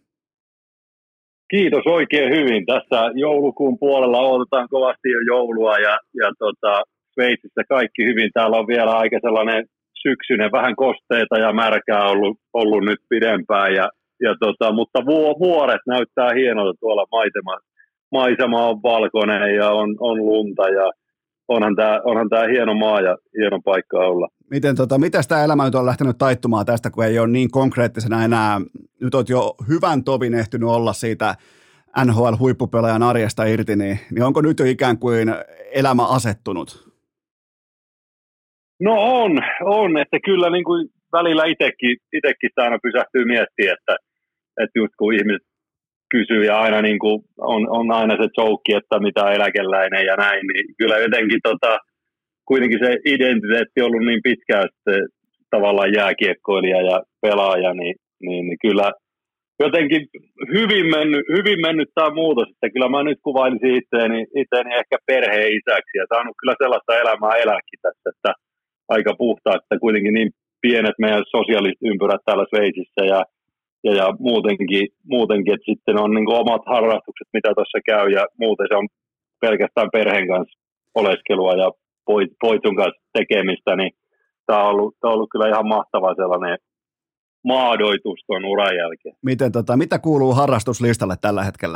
Kiitos oikein hyvin. Tässä joulukuun puolella odotetaan kovasti jo joulua ja, ja tota, Sveitsissä kaikki hyvin. Täällä on vielä aika sellainen syksyinen, vähän kosteita ja märkää ollut, ollut nyt pidempään. Ja, ja tota, mutta vuoret näyttää hienolta tuolla maisema, maisema on valkoinen ja on, on lunta ja onhan tämä onhan tää hieno maa ja hieno paikka olla. Miten tota, mitäs tämä elämä nyt on lähtenyt taittumaan tästä, kun ei ole niin konkreettisena enää, nyt olet jo hyvän tovin ehtinyt olla siitä N H L-huippupelaajan arjesta irti, niin, niin onko nyt jo ikään kuin elämä asettunut? No on, on, että kyllä niin kuin välillä itsekin, itsekin aina pysähtyy miettimään, että, että just kun ihmiset kysyy ja aina niin kuin on, on aina se joke, että mitä eläkeläinen ja näin, niin kyllä jotenkin tota, kuitenkin se identiteetti on ollut niin pitkään sitten tavallaan jääkiekkoilija ja pelaaja, niin, niin, niin kyllä jotenkin hyvin mennyt, hyvin mennyt tämä muutos, että kyllä mä nyt kuvailisin itseäni, itseäni ehkä perheen isäksi ja saanut kyllä sellaista elämää elääkin tässä, että aika puhtaa, että kuitenkin niin pienet meidän sosiaaliset ympyrät täällä Sveitsissä ja, ja, ja muutenkin, muutenkin, että sitten on niin kuin omat harrastukset, mitä tuossa käy ja muuten se on pelkästään perheen kanssa oleskelua ja poitsun kanssa tekemistä, niin tämä on ollut, tämä on ollut kyllä ihan mahtava sellainen maadoitus tuon uran jälkeen. Miten, tota, mitä kuuluu harrastuslistalle tällä hetkellä?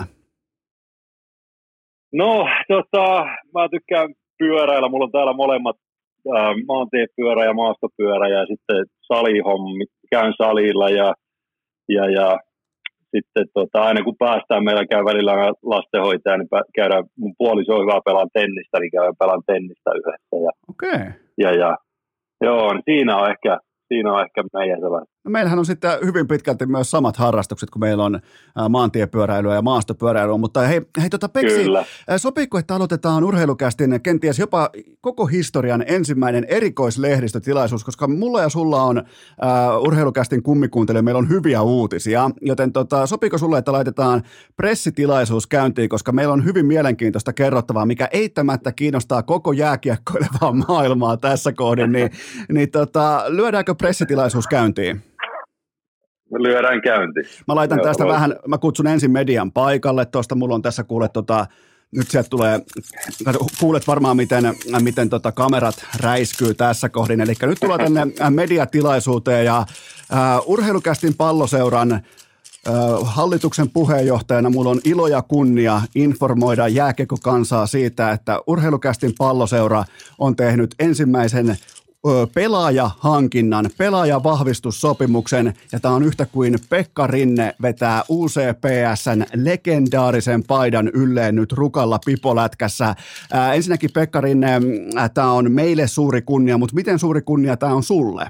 No, tota, mä tykkään pyöräillä. Mulla on täällä molemmat ää, maantiepyörä ja maastopyörä ja sitten salihommi. Käyn salilla ja, ja, ja sitten tota, aina kun päästään, meillä käy välillä lastenhoitaja, niin käydään, mun puoliso on hyvä pelaan tennistä, niin käydään pelaan tennistä yhdessä. Ja, okay. ja, ja joo, niin siinä on ehkä, siinä on ehkä meidän sellainen. No meillähän on sitten hyvin pitkälti myös samat harrastukset, kun meillä on maantiepyöräilyä ja maastopyöräilyä, mutta hei, hei tota Peksi, Kyllä. sopiiko, että aloitetaan Urheilukästin kenties jopa koko historian ensimmäinen erikoislehdistötilaisuus, koska mulla ja sulla on uh, Urheilukästin kummikuuntelija, meillä on hyviä uutisia, joten tota, sopiiko sulle, että laitetaan pressitilaisuus käyntiin, koska meillä on hyvin mielenkiintoista kerrottavaa, mikä eittämättä kiinnostaa koko jääkiekkoilevaa maailmaa tässä kohdin, niin, niin tota, lyödäänkö pressitilaisuus käyntiin? Lyödään käyntiin. Mä laitan Joo, tästä voi. vähän, mä kutsun ensin median paikalle, tuosta mulla on tässä kuule tota, nyt sieltä tulee, kuulet varmaan miten, miten tota kamerat räiskyy tässä kohdin, eli nyt tullaan tänne mediatilaisuuteen ja uh, Urheilukästin Palloseuran uh, hallituksen puheenjohtajana mulla on ilo ja kunnia informoida jääkiekkokansaa siitä, että Urheilukästin Palloseura on tehnyt ensimmäisen pelaajahankinnan, pelaajavahvistussopimuksen, ja tämä on yhtä kuin Pekka Rinne vetää U C P S:n legendaarisen paidan ylleen nyt rukalla pipolätkässä. Ää, ensinnäkin Pekka Rinne, tämä on meille suuri kunnia, mutta miten suuri kunnia tämä on sulle?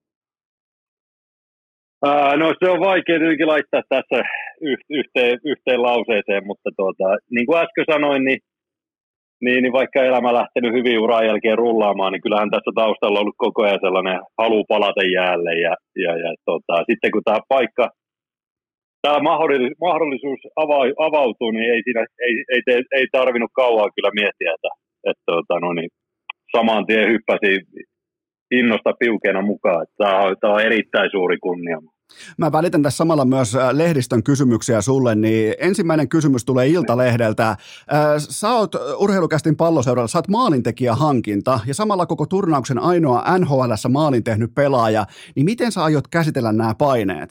Ää, no se on vaikea tietenkin laittaa tässä yhteen, yhteen lauseeseen, mutta tuota, niin kuin äsken sanoin, niin Niin, niin vaikka elämä lähtenyt hyvin uran jälkeen rullaamaan, niin kyllähän tässä taustalla on ollut koko ajan sellainen halu palata jäälle. Ja, ja, ja tota, sitten kun tämä paikka, tämä mahdollisuus, mahdollisuus avautuu, niin ei, siinä, ei, ei, ei, ei tarvinnut kauan kyllä miettiä, että, että tota, no niin, saman tien hyppäsi innosta piukeena mukaan. Tämä on, tämä on erittäin suuri kunnia. Mä välitän tässä samalla myös lehdistön kysymyksiä sulle, niin ensimmäinen kysymys tulee Iltalehdeltä. Sä oot Urheilukästin Palloseuralla, sä oot maalintekijähankinta ja samalla koko turnauksen ainoa N H L:ssä maalin tehnyt pelaaja, niin miten sä aiot käsitellä nämä paineet?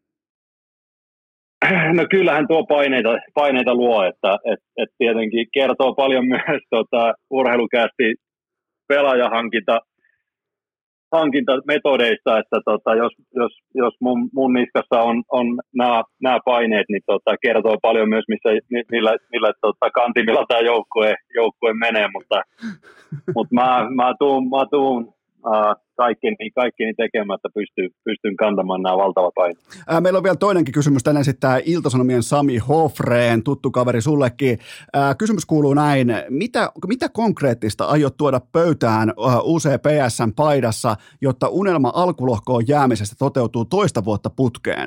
No kyllähän tuo paineita, paineita luo, että et, et tietenkin kertoo paljon myös tota, Urheilukästin pelaajahankinta hankintametodeista, että tota, jos, jos, jos mun, mun niskassa on, on nämä, nämä paineet, niin tota, kertoo paljon myös, missä, millä, millä tota, kantimilla tämä joukkue, joukkue menee, mutta, mutta mä, mä tuun, mä tuun äh, kaikkini, kaikkini tekemättä pystyn, pystyn kantamaan nämä valtavat paineet. Ää, meillä on vielä toinenkin kysymys. Tänne esittää Ilta-Sanomien Sami Hofreen, tuttu kaveri sullekin. Ää, kysymys kuuluu näin. Mitä, mitä konkreettista aiot tuoda pöytään U C P S:n paidassa, jotta unelma alkulohkoon jäämisestä toteutuu toista vuotta putkeen?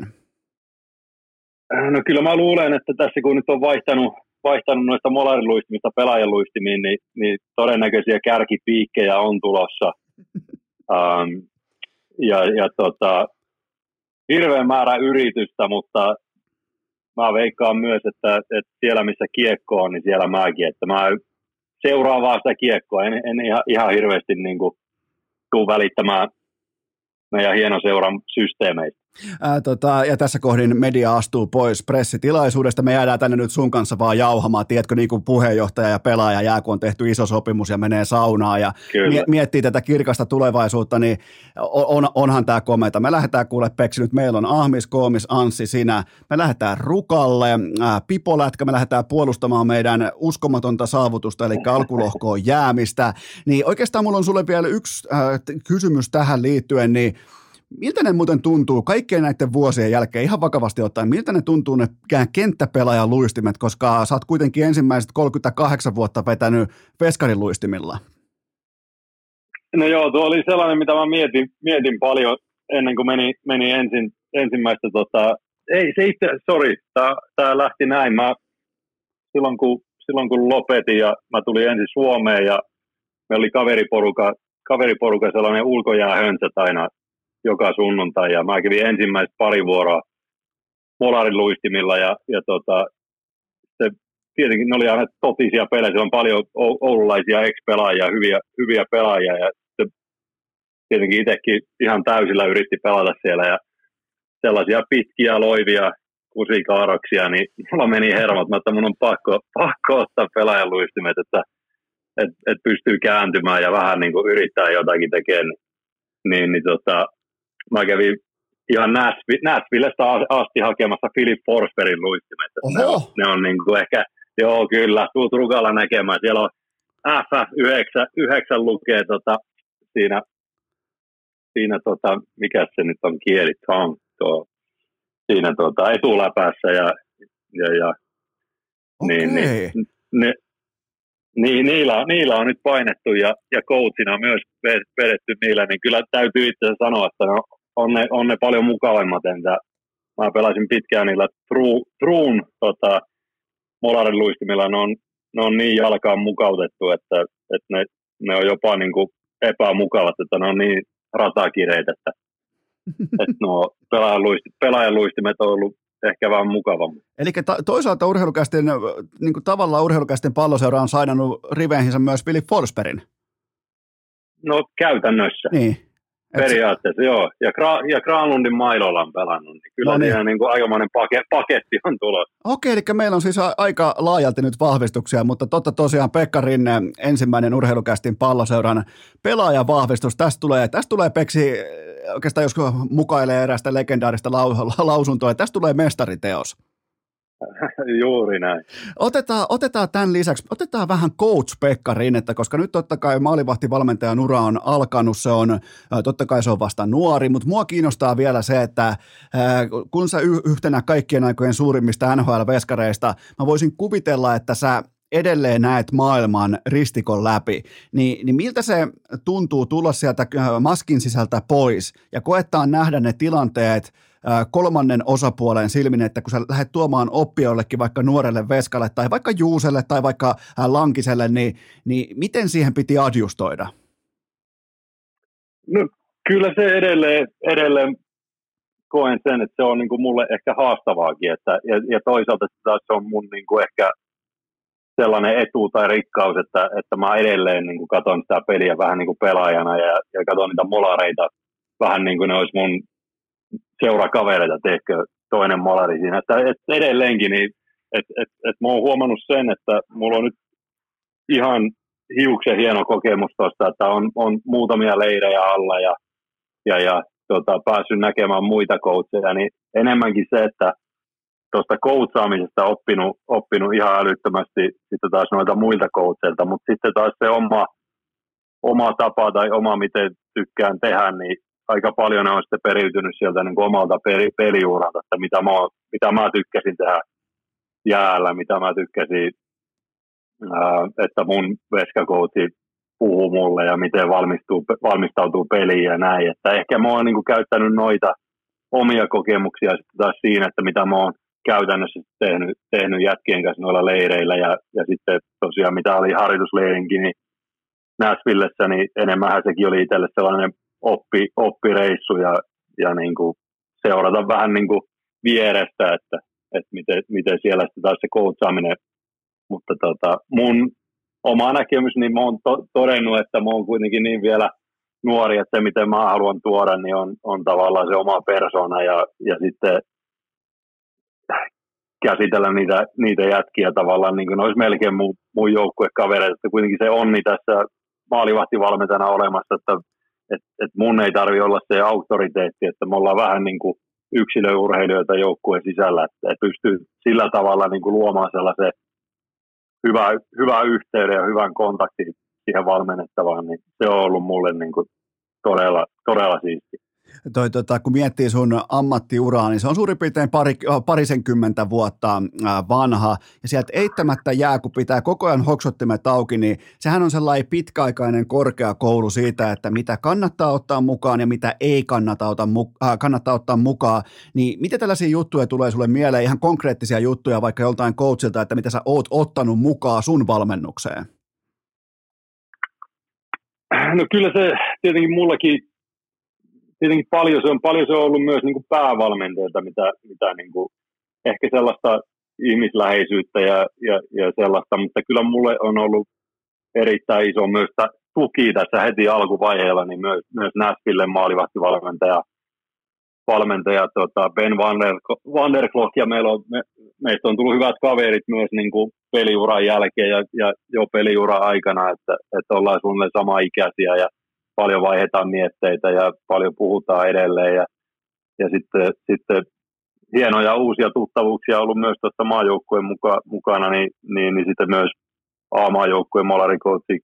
No kyllä mä luulen, että tässä kun nyt on vaihtanut, vaihtanut noista molariluistimista pelaajaluistimiin, niin, niin todennäköisiä kärkipiikkejä on tulossa. Um, ja, ja tota, hirveän määrä yritystä, mutta mä veikkaan myös, että, että siellä missä kiekko on, niin siellä mäkin, että mä seuraan vaan sitä kiekkoa, en, en ihan, ihan hirveästi niin kuin, tuu välittämään meidän hienoseuran systeemeistä. Ää, tota, ja tässä kohdin media astuu pois pressitilaisuudesta. Me jäädään tänne nyt sun kanssa vaan jauhamaan, tiedätkö, niin kuin puheenjohtaja ja pelaaja jää, kun on tehty iso sopimus ja menee saunaan ja mie- miettii tätä kirkasta tulevaisuutta, niin on, onhan tämä komeata. Me lähdetään kuule Peksi nyt, meillä on Ahmis, Koomis, Anssi, sinä. Me lähdetään Rukalle, ää, Pipolätkä, me lähdetään puolustamaan meidän uskomatonta saavutusta, eli alkulohkoon jäämistä. Niin oikeastaan mulla on sulle vielä yksi ää, kysymys tähän liittyen, niin miltä ne muuten tuntuu kaikkien näiden vuosien jälkeen, ihan vakavasti ottaen, miltä ne tuntuu ne kenttäpelaajan luistimet, koska sä oot kuitenkin ensimmäiset kolmekymmentäkahdeksan vuotta vetänyt veskarin luistimilla? No joo, tuo oli sellainen, mitä mä mietin, mietin paljon ennen kuin meni, meni ensin, ensimmäistä, tota, ei se itse, sori, tää lähti näin, mä silloin kun, silloin kun lopetin ja mä tulin ensin Suomeen ja me oli kaveriporuka, kaveriporuka sellainen ulkojäähönsät aina joka sunnuntai, ja mä kävin ensimmäiset pari vuoroa Molarin luistimilla, ja, ja tota, se, tietenkin ne oli aina totisia pelejä, siellä on paljon oululaisia ex-pelaajia, hyviä, hyviä pelaajia, ja se, tietenkin itsekin ihan täysillä yritti pelata siellä, ja sellaisia pitkiä, loivia kusikaaroksia, niin mulla meni hermot, että mun on pakko, pakko ottaa pelaajan luistimet, että et, et pystyy kääntymään ja vähän niin kuin yrittää jotakin tekemään, niin, niin tota, mä kävin ihan Nashvillestä asti hakemassa Philip Forsbergin luistimet. Ne on, ne on niin kuin ehkä, joo kyllä, tuut Rukalla näkemään. Siellä on F F yhdeksän lukee tota, siinä, siinä tota, mikä se nyt on kieli, tongue, tuo, siinä tota, etuläpässä ja, ja, ja okay. niin, niin, ne, niin, niillä, niillä on nyt painettu ja, ja coachina myös vedetty niillä, niin kyllä täytyy itse sanoa, että no, on, ne, on ne paljon mukavimmat. Entä mä pelasin pitkään niillä True, Truun tota, Molarin luistimilla, ne on, ne on niin jalkaan mukautettu, että, että ne, ne on jopa niin kuin epämukavat, että ne on niin ratakireitä, että, että no, pelaajan, luisti, pelaajan luistimet on ollut ehkä vähän mukavammin. Eli ta- toisaalta urheilukäisten, niin kuin tavallaan urheilukäisten palloseura on sainannut riveihinsä myös Philip Forsbergin. No käytännössä. Niin. Periaatteessa, joo. Ja, Gra- ja Granlundin mailolla on pelannut, niin kyllä no niin. Ihan niin kuin aikamoinen pake- paketti on tulossa. Okei, eli meillä on siis aika laajalti nyt vahvistuksia, mutta totta tosiaan Pekka Rinne, ensimmäinen urheilukästin palloseuran pelaajavahvistus. Tästä tulee, tästä tulee Peksi, oikeastaan jos mukailee erästä legendaarista lau- lausuntoa, tästä tulee mestariteos. Juuri näin. Otetaan, otetaan tämän lisäksi, otetaan vähän coach Pekka Rinnettä, koska nyt totta kai maalivahtivalmentajan ura on alkanut, se on, totta kai se on vasta nuori, mutta mua kiinnostaa vielä se, että kun sä yhtenä kaikkien aikojen suurimmista N H L-veskareista, mä voisin kuvitella, että sä edelleen näet maailman ristikon läpi, niin, niin miltä se tuntuu tulla sieltä maskin sisältä pois ja koettaa nähdä ne tilanteet kolmannen osapuolen silmin, että kun sä lähdet tuomaan oppijoillekin vaikka nuorelle veskalle tai vaikka Juuselle tai vaikka Lankiselle, niin, niin miten siihen piti adjustoida? No kyllä se edelleen, edelleen koen sen, että se on niin kuin mulle ehkä haastavaakin, että, ja, ja toisaalta taas se on mun niin kuin ehkä sellainen etu tai rikkaus, että, että mä edelleen niin kuin katson sitä peliä vähän niin kuin pelaajana ja, ja katson niitä molareita vähän niin kuin ne olisi mun seurakavereita, tehkö toinen molari siinä. Että, että edelleenkin, niin, että, että, että mä oon huomannut sen, että mulla on nyt ihan hiuksen hieno kokemus tuosta, että on, on muutamia leirejä alla ja, ja, ja tota, päässyt näkemään muita coacheja, niin enemmänkin se, että tuosta coachaamisesta oppinut, oppinut ihan älyttömästi sitten taas noita muilta coacheilta, mutta sitten taas se oma, oma tapa tai oma miten tykkään tehdä, niin aika paljon on sitten periytynyt sieltä niin kuin omalta peli, peliuralta, että mitä mä, mitä mä tykkäsin tehdä jäällä, mitä mä tykkäsin, ää, että mun veskakoutsi puhuu mulle ja miten valmistuu, valmistautuu peliin ja näin. Että ehkä mä oon niin kuin käyttänyt noita omia kokemuksia sitten taas siinä, että mitä mä oon käytännössä tehnyt, tehnyt jätkien kanssa noilla leireillä ja, ja sitten tosiaan mitä oli harjoitusleirinkin, niin Nashvillessä, niin enemmänhän sekin oli itselle sellainen oppi, oppireissu ja, ja niin kuin seurata vähän niin kuin vierestä, että, että miten, miten siellä sitten taas se coachaaminen. Mutta tota, mun oma näkemys, niin mä oon to, todennut, että mä oon kuitenkin niin vielä nuori, että se miten mä haluan tuoda, niin on, on tavallaan se oma persona ja, ja sitten käsitellä niitä, niitä jätkiä tavallaan, niin kuin ne olisi melkein mun, mun joukkuekavereita, että kuitenkin se onni tässä maalivahtivalmentajana olemassa, että et, et mun ei tarvitse olla se auktoriteetti, että me ollaan vähän niin kuin yksilöurheilijoita joukkueen sisällä, että et pystyy sillä tavalla niin kuin luomaan sellaisen hyvää, hyvää yhteyden ja hyvän kontaktin siihen valmennettavaan, niin se on ollut mulle niin kuin todella, todella siistiä. Toi, tota, kun miettii sun ammattiuraa, niin se on suurin piirtein pari, parisenkymmentä vuotta vanha, ja sieltä eittämättä jää, kun pitää koko ajan hoksottimet auki, niin sehän on sellainen pitkäaikainen korkeakoulu siitä, että mitä kannattaa ottaa mukaan ja mitä ei kannata, ota, äh, kannattaa ottaa mukaan, niin mitä tällaisia juttuja tulee sulle mieleen, ihan konkreettisia juttuja vaikka joltain coachilta, että mitä sä oot ottanut mukaan sun valmennukseen? No kyllä se tietenkin mullakin Tietenkin paljon se on, paljon se on ollut myös niin kuin päävalmentajilta, mitä, mitä niin kuin, ehkä sellaista ihmisläheisyyttä ja, ja, ja sellaista, mutta kyllä mulle on ollut erittäin iso myös tuki tässä heti alkuvaiheella, niin myös, myös Nashvillen maalivahtivalmentaja valmentaja, tota Ben Van der Klok, ja meillä on, me, meistä on tullut hyvät kaverit myös niin kuin peliuran jälkeen ja, ja jo peliuran aikana, että, että ollaan suunnilleen sama-ikäisiä ja paljon vaihdetaan mietteitä ja paljon puhutaan edelleen ja, ja sitten, sitten hienoja uusia tuttavuuksia on ollut myös tuosta maajoukkueen muka, mukana, niin, niin, niin sitten myös A-maajoukkueen molarikoutsi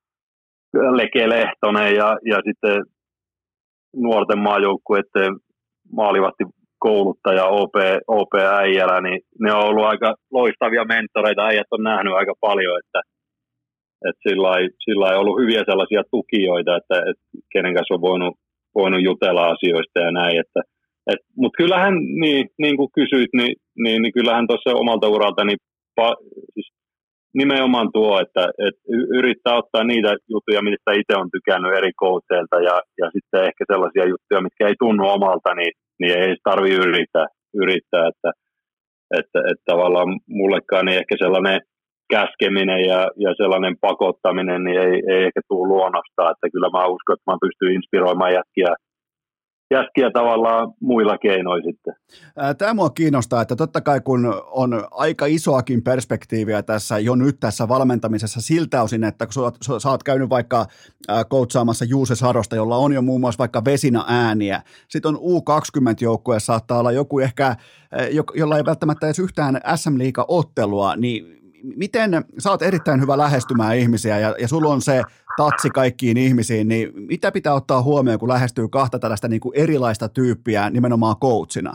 Leke Lehtonen ja, ja sitten nuorten maajoukkueiden maalivahti kouluttaja O P, O P Äijälä, niin ne on ollut aika loistavia mentoreita, äijät on nähnyt aika paljon, että Että sillä ei ollut hyviä sellaisia tukijoita, että, että kenen kanssa on voinut, voinut jutella asioista ja näin. Että, et, mutta kyllähän, niin, niin kuin kysyit, niin, niin, niin kyllähän tuossa omalta uralta niin pa, siis nimenomaan tuo, että, että yrittää ottaa niitä juttuja, mistä itse on tykännyt eri coacheilta ja, ja sitten ehkä sellaisia juttuja, mitkä ei tunnu omalta, niin, niin ei tarvitse yrittää, yrittää että, että, että tavallaan mullekaan niin ehkä sellainen käskeminen ja, ja sellainen pakottaminen niin ei, ei ehkä tule luonnostaan, että kyllä mä uskon, että mä pystyn inspiroimaan jätkiä, jätkiä tavallaan muilla keinoin sitten. Tämä mua kiinnostaa, että totta kai kun on aika isoakin perspektiiviä tässä jo nyt tässä valmentamisessa siltä osin, että kun sä, sä oot käynyt vaikka coachaamassa Juuse Sarosta, jolla on jo muun muassa vaikka Vesina ääniä, sitten on U kaksikymmentä-joukkue, saattaa olla joku ehkä, jolla ei välttämättä edes yhtään S M-liiga-ottelua, niin miten sä oot erittäin hyvä lähestymään ihmisiä ja, ja sulla on se tatsi kaikkiin ihmisiin, niin mitä pitää ottaa huomioon, kun lähestyy kahta tällaista niin kuin erilaista tyyppiä nimenomaan coachina?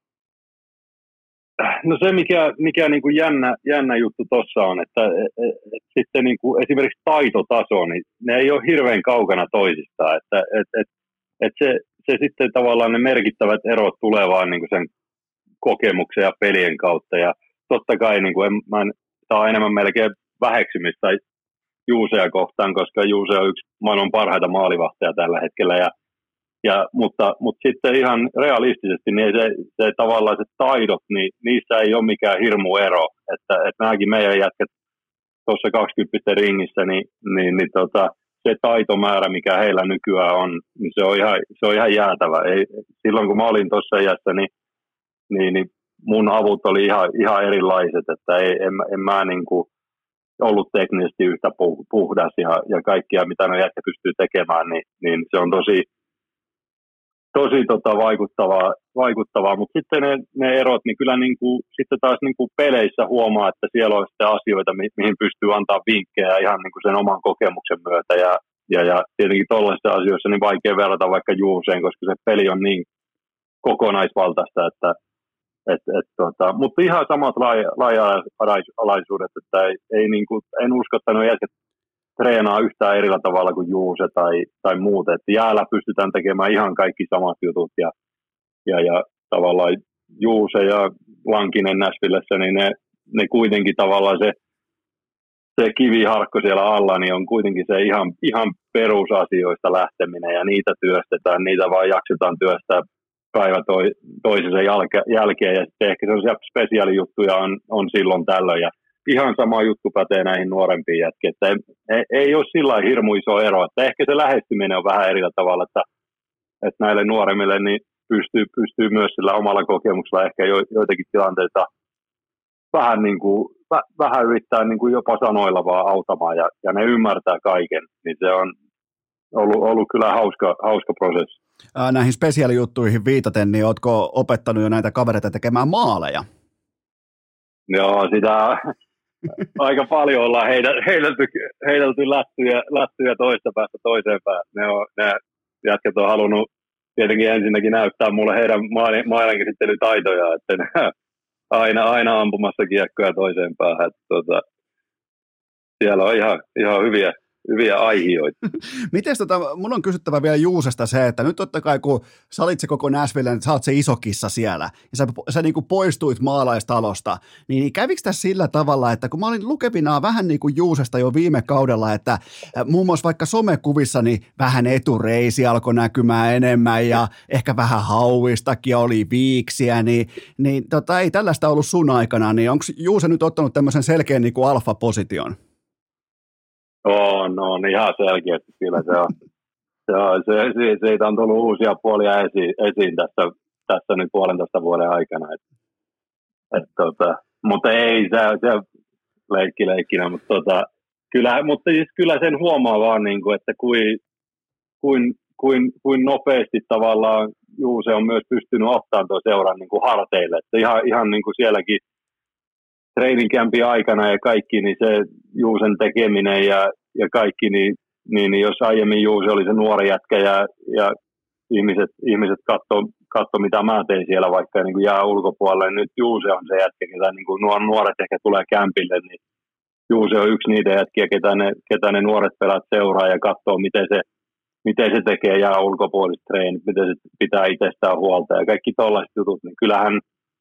No se, mikä, mikä niin kuin jännä, jännä juttu tuossa on, että et, et, sitten niin kuin esimerkiksi taitotaso, niin ne ei ole hirveän kaukana toisistaan, että et, et, et se, se sitten tavallaan ne merkittävät erot tulee vaan niin kuin sen kokemuksen ja pelien kautta ja totta kai niin kuin en, mä en, tämä on enemmän melkein väheksymistä Juusea kohtaan, koska Juuse on yksi maailman parhaita maalivahteja tällä hetkellä. Ja, ja, mutta, mutta sitten ihan realistisesti niin se, se tavallaan se taidot, niin niissä ei ole mikään hirmu ero. Että, että nämäkin meidän jätkät tuossa kaksikymmentä ringissä, niin, niin, niin tota, se taitomäärä, mikä heillä nykyään on, niin se on ihan, se on ihan jäätävä. Ei, silloin kun mä olin tuossa iässä, niin, niin, niin mun avut oli ihan, ihan erilaiset, että ei, en, en mä niin kuin ollut teknisesti yhtä puhdas ja, ja kaikkia, mitä ne jätkä pystyy tekemään, niin, niin se on tosi, tosi tota vaikuttavaa, vaikuttavaa. Mutta sitten ne, ne erot, niin kyllä niin kuin, sitten taas niin kuin peleissä huomaa, että siellä on sitten asioita, mi- mihin pystyy antaa vinkkejä ihan niin kuin sen oman kokemuksen myötä ja, ja, ja tietenkin tuollaisissa asioissa niin vaikea verrata vaikka Juuseen, koska se peli on niin kokonaisvaltaista, että Et, et, tota, mutta ihan samat laaja-alaisuudet, että ei, ei niinku, en usko, että ne jätkät treenaa yhtään eri tavalla kuin Juuse tai, tai muut. Et jäällä pystytään tekemään ihan kaikki samat jutut ja, ja, ja tavallaan Juuse ja Lankinen Nashvillessä, niin ne, ne kuitenkin tavallaan se, se kiviharkko siellä alla niin on kuitenkin se ihan, ihan perusasioista lähteminen ja niitä työstetään, niitä vaan jaksetaan työstää päivä toi, toisensa jälke, jälkeen ja sitten ehkä sellaisia spesiaalijuttuja on, on silloin tällöin ja ihan sama juttu pätee näihin nuorempiin jätkiin, että ei, ei, ei ole sillä lailla hirmu iso ero, että ehkä se lähestyminen on vähän eri tavalla, että, että näille nuoremmille niin pystyy, pystyy myös sillä omalla kokemuksella ehkä jo, joitakin tilanteita vähän, niin kuin, vähän yrittää niin kuin jopa sanoilla vaan autamaan ja, ja ne ymmärtää kaiken, niin se on ollut, ollut kyllä hauska, hauska prosessi. Näihin spesiaalijuttuihin viitaten, niin ootko opettanut jo näitä kavereita tekemään maaleja? Joo, sitä aika paljon ollaan heitelty, heitelty lättyjä, lättyjä toista päästä toiseen päästä. Ne, on, ne jätkät on halunnut tietenkin ensinnäkin näyttää mulle heidän maailmankäsittelytaitoja, että ne aina, aina ampumassa kiekkoja toiseen päähän. Että, tota, siellä on ihan, ihan hyviä, hyviä aihioita. Mites tota, mun on kysyttävä vielä Juusesta se, että nyt totta kai kun sä olit se koko Nashville, että sä oot se iso kissa siellä, ja sä, sä niin kuin poistuit maalaistalosta, niin kävikö tässä sillä tavalla, että kun mä olin lukevinaan vähän niin kuin Juusesta jo viime kaudella, että muun muassa vaikka somekuvissa niin vähän etureisi alkoi näkymään enemmän, ja ehkä vähän hauistakin oli viiksiä, niin, niin tota, ei tällaista ollut sun aikana, niin onko Juuse nyt ottanut tämmöisen selkeän niin kuin alfa-position? On, on ihan selkeästi kyllä se on. Se on se, se, siitä on tullut uusia puolia esiin, esiin tässä, tässä nyt puolentoista vuoden aikana. Et, et, tota, mutta ei se, se leikki leikkinä, mutta, tota, kyllä, mutta siis kyllä sen huomaa vaan, niin kuin, että kuin, kuin, kuin, kuin nopeasti tavallaan Juuse on myös pystynyt ottamaan tuon seuran niin kuin harteille. Että ihan, ihan niin kuin sielläkin training campin aikana ja kaikki, niin se Juusen tekeminen ja, ja kaikki, niin, niin, niin jos aiemmin Juuse oli se nuori jätkä ja, ja ihmiset, ihmiset katsoo, katso, mitä mä tein siellä, vaikka niin kuin jää ulkopuolelle, niin nyt Juuse on se jätkä, ketä niin kuin nuo nuoret ehkä tulee kämpille, niin Juuse on yksi niitä jätkiä, ketä ne, ketä ne nuoret pelaat seuraa ja katsoo, miten se, miten se tekee jää ulkopuoliset treenit, miten se pitää itsestään huolta ja kaikki tollaiset jutut, niin kyllähän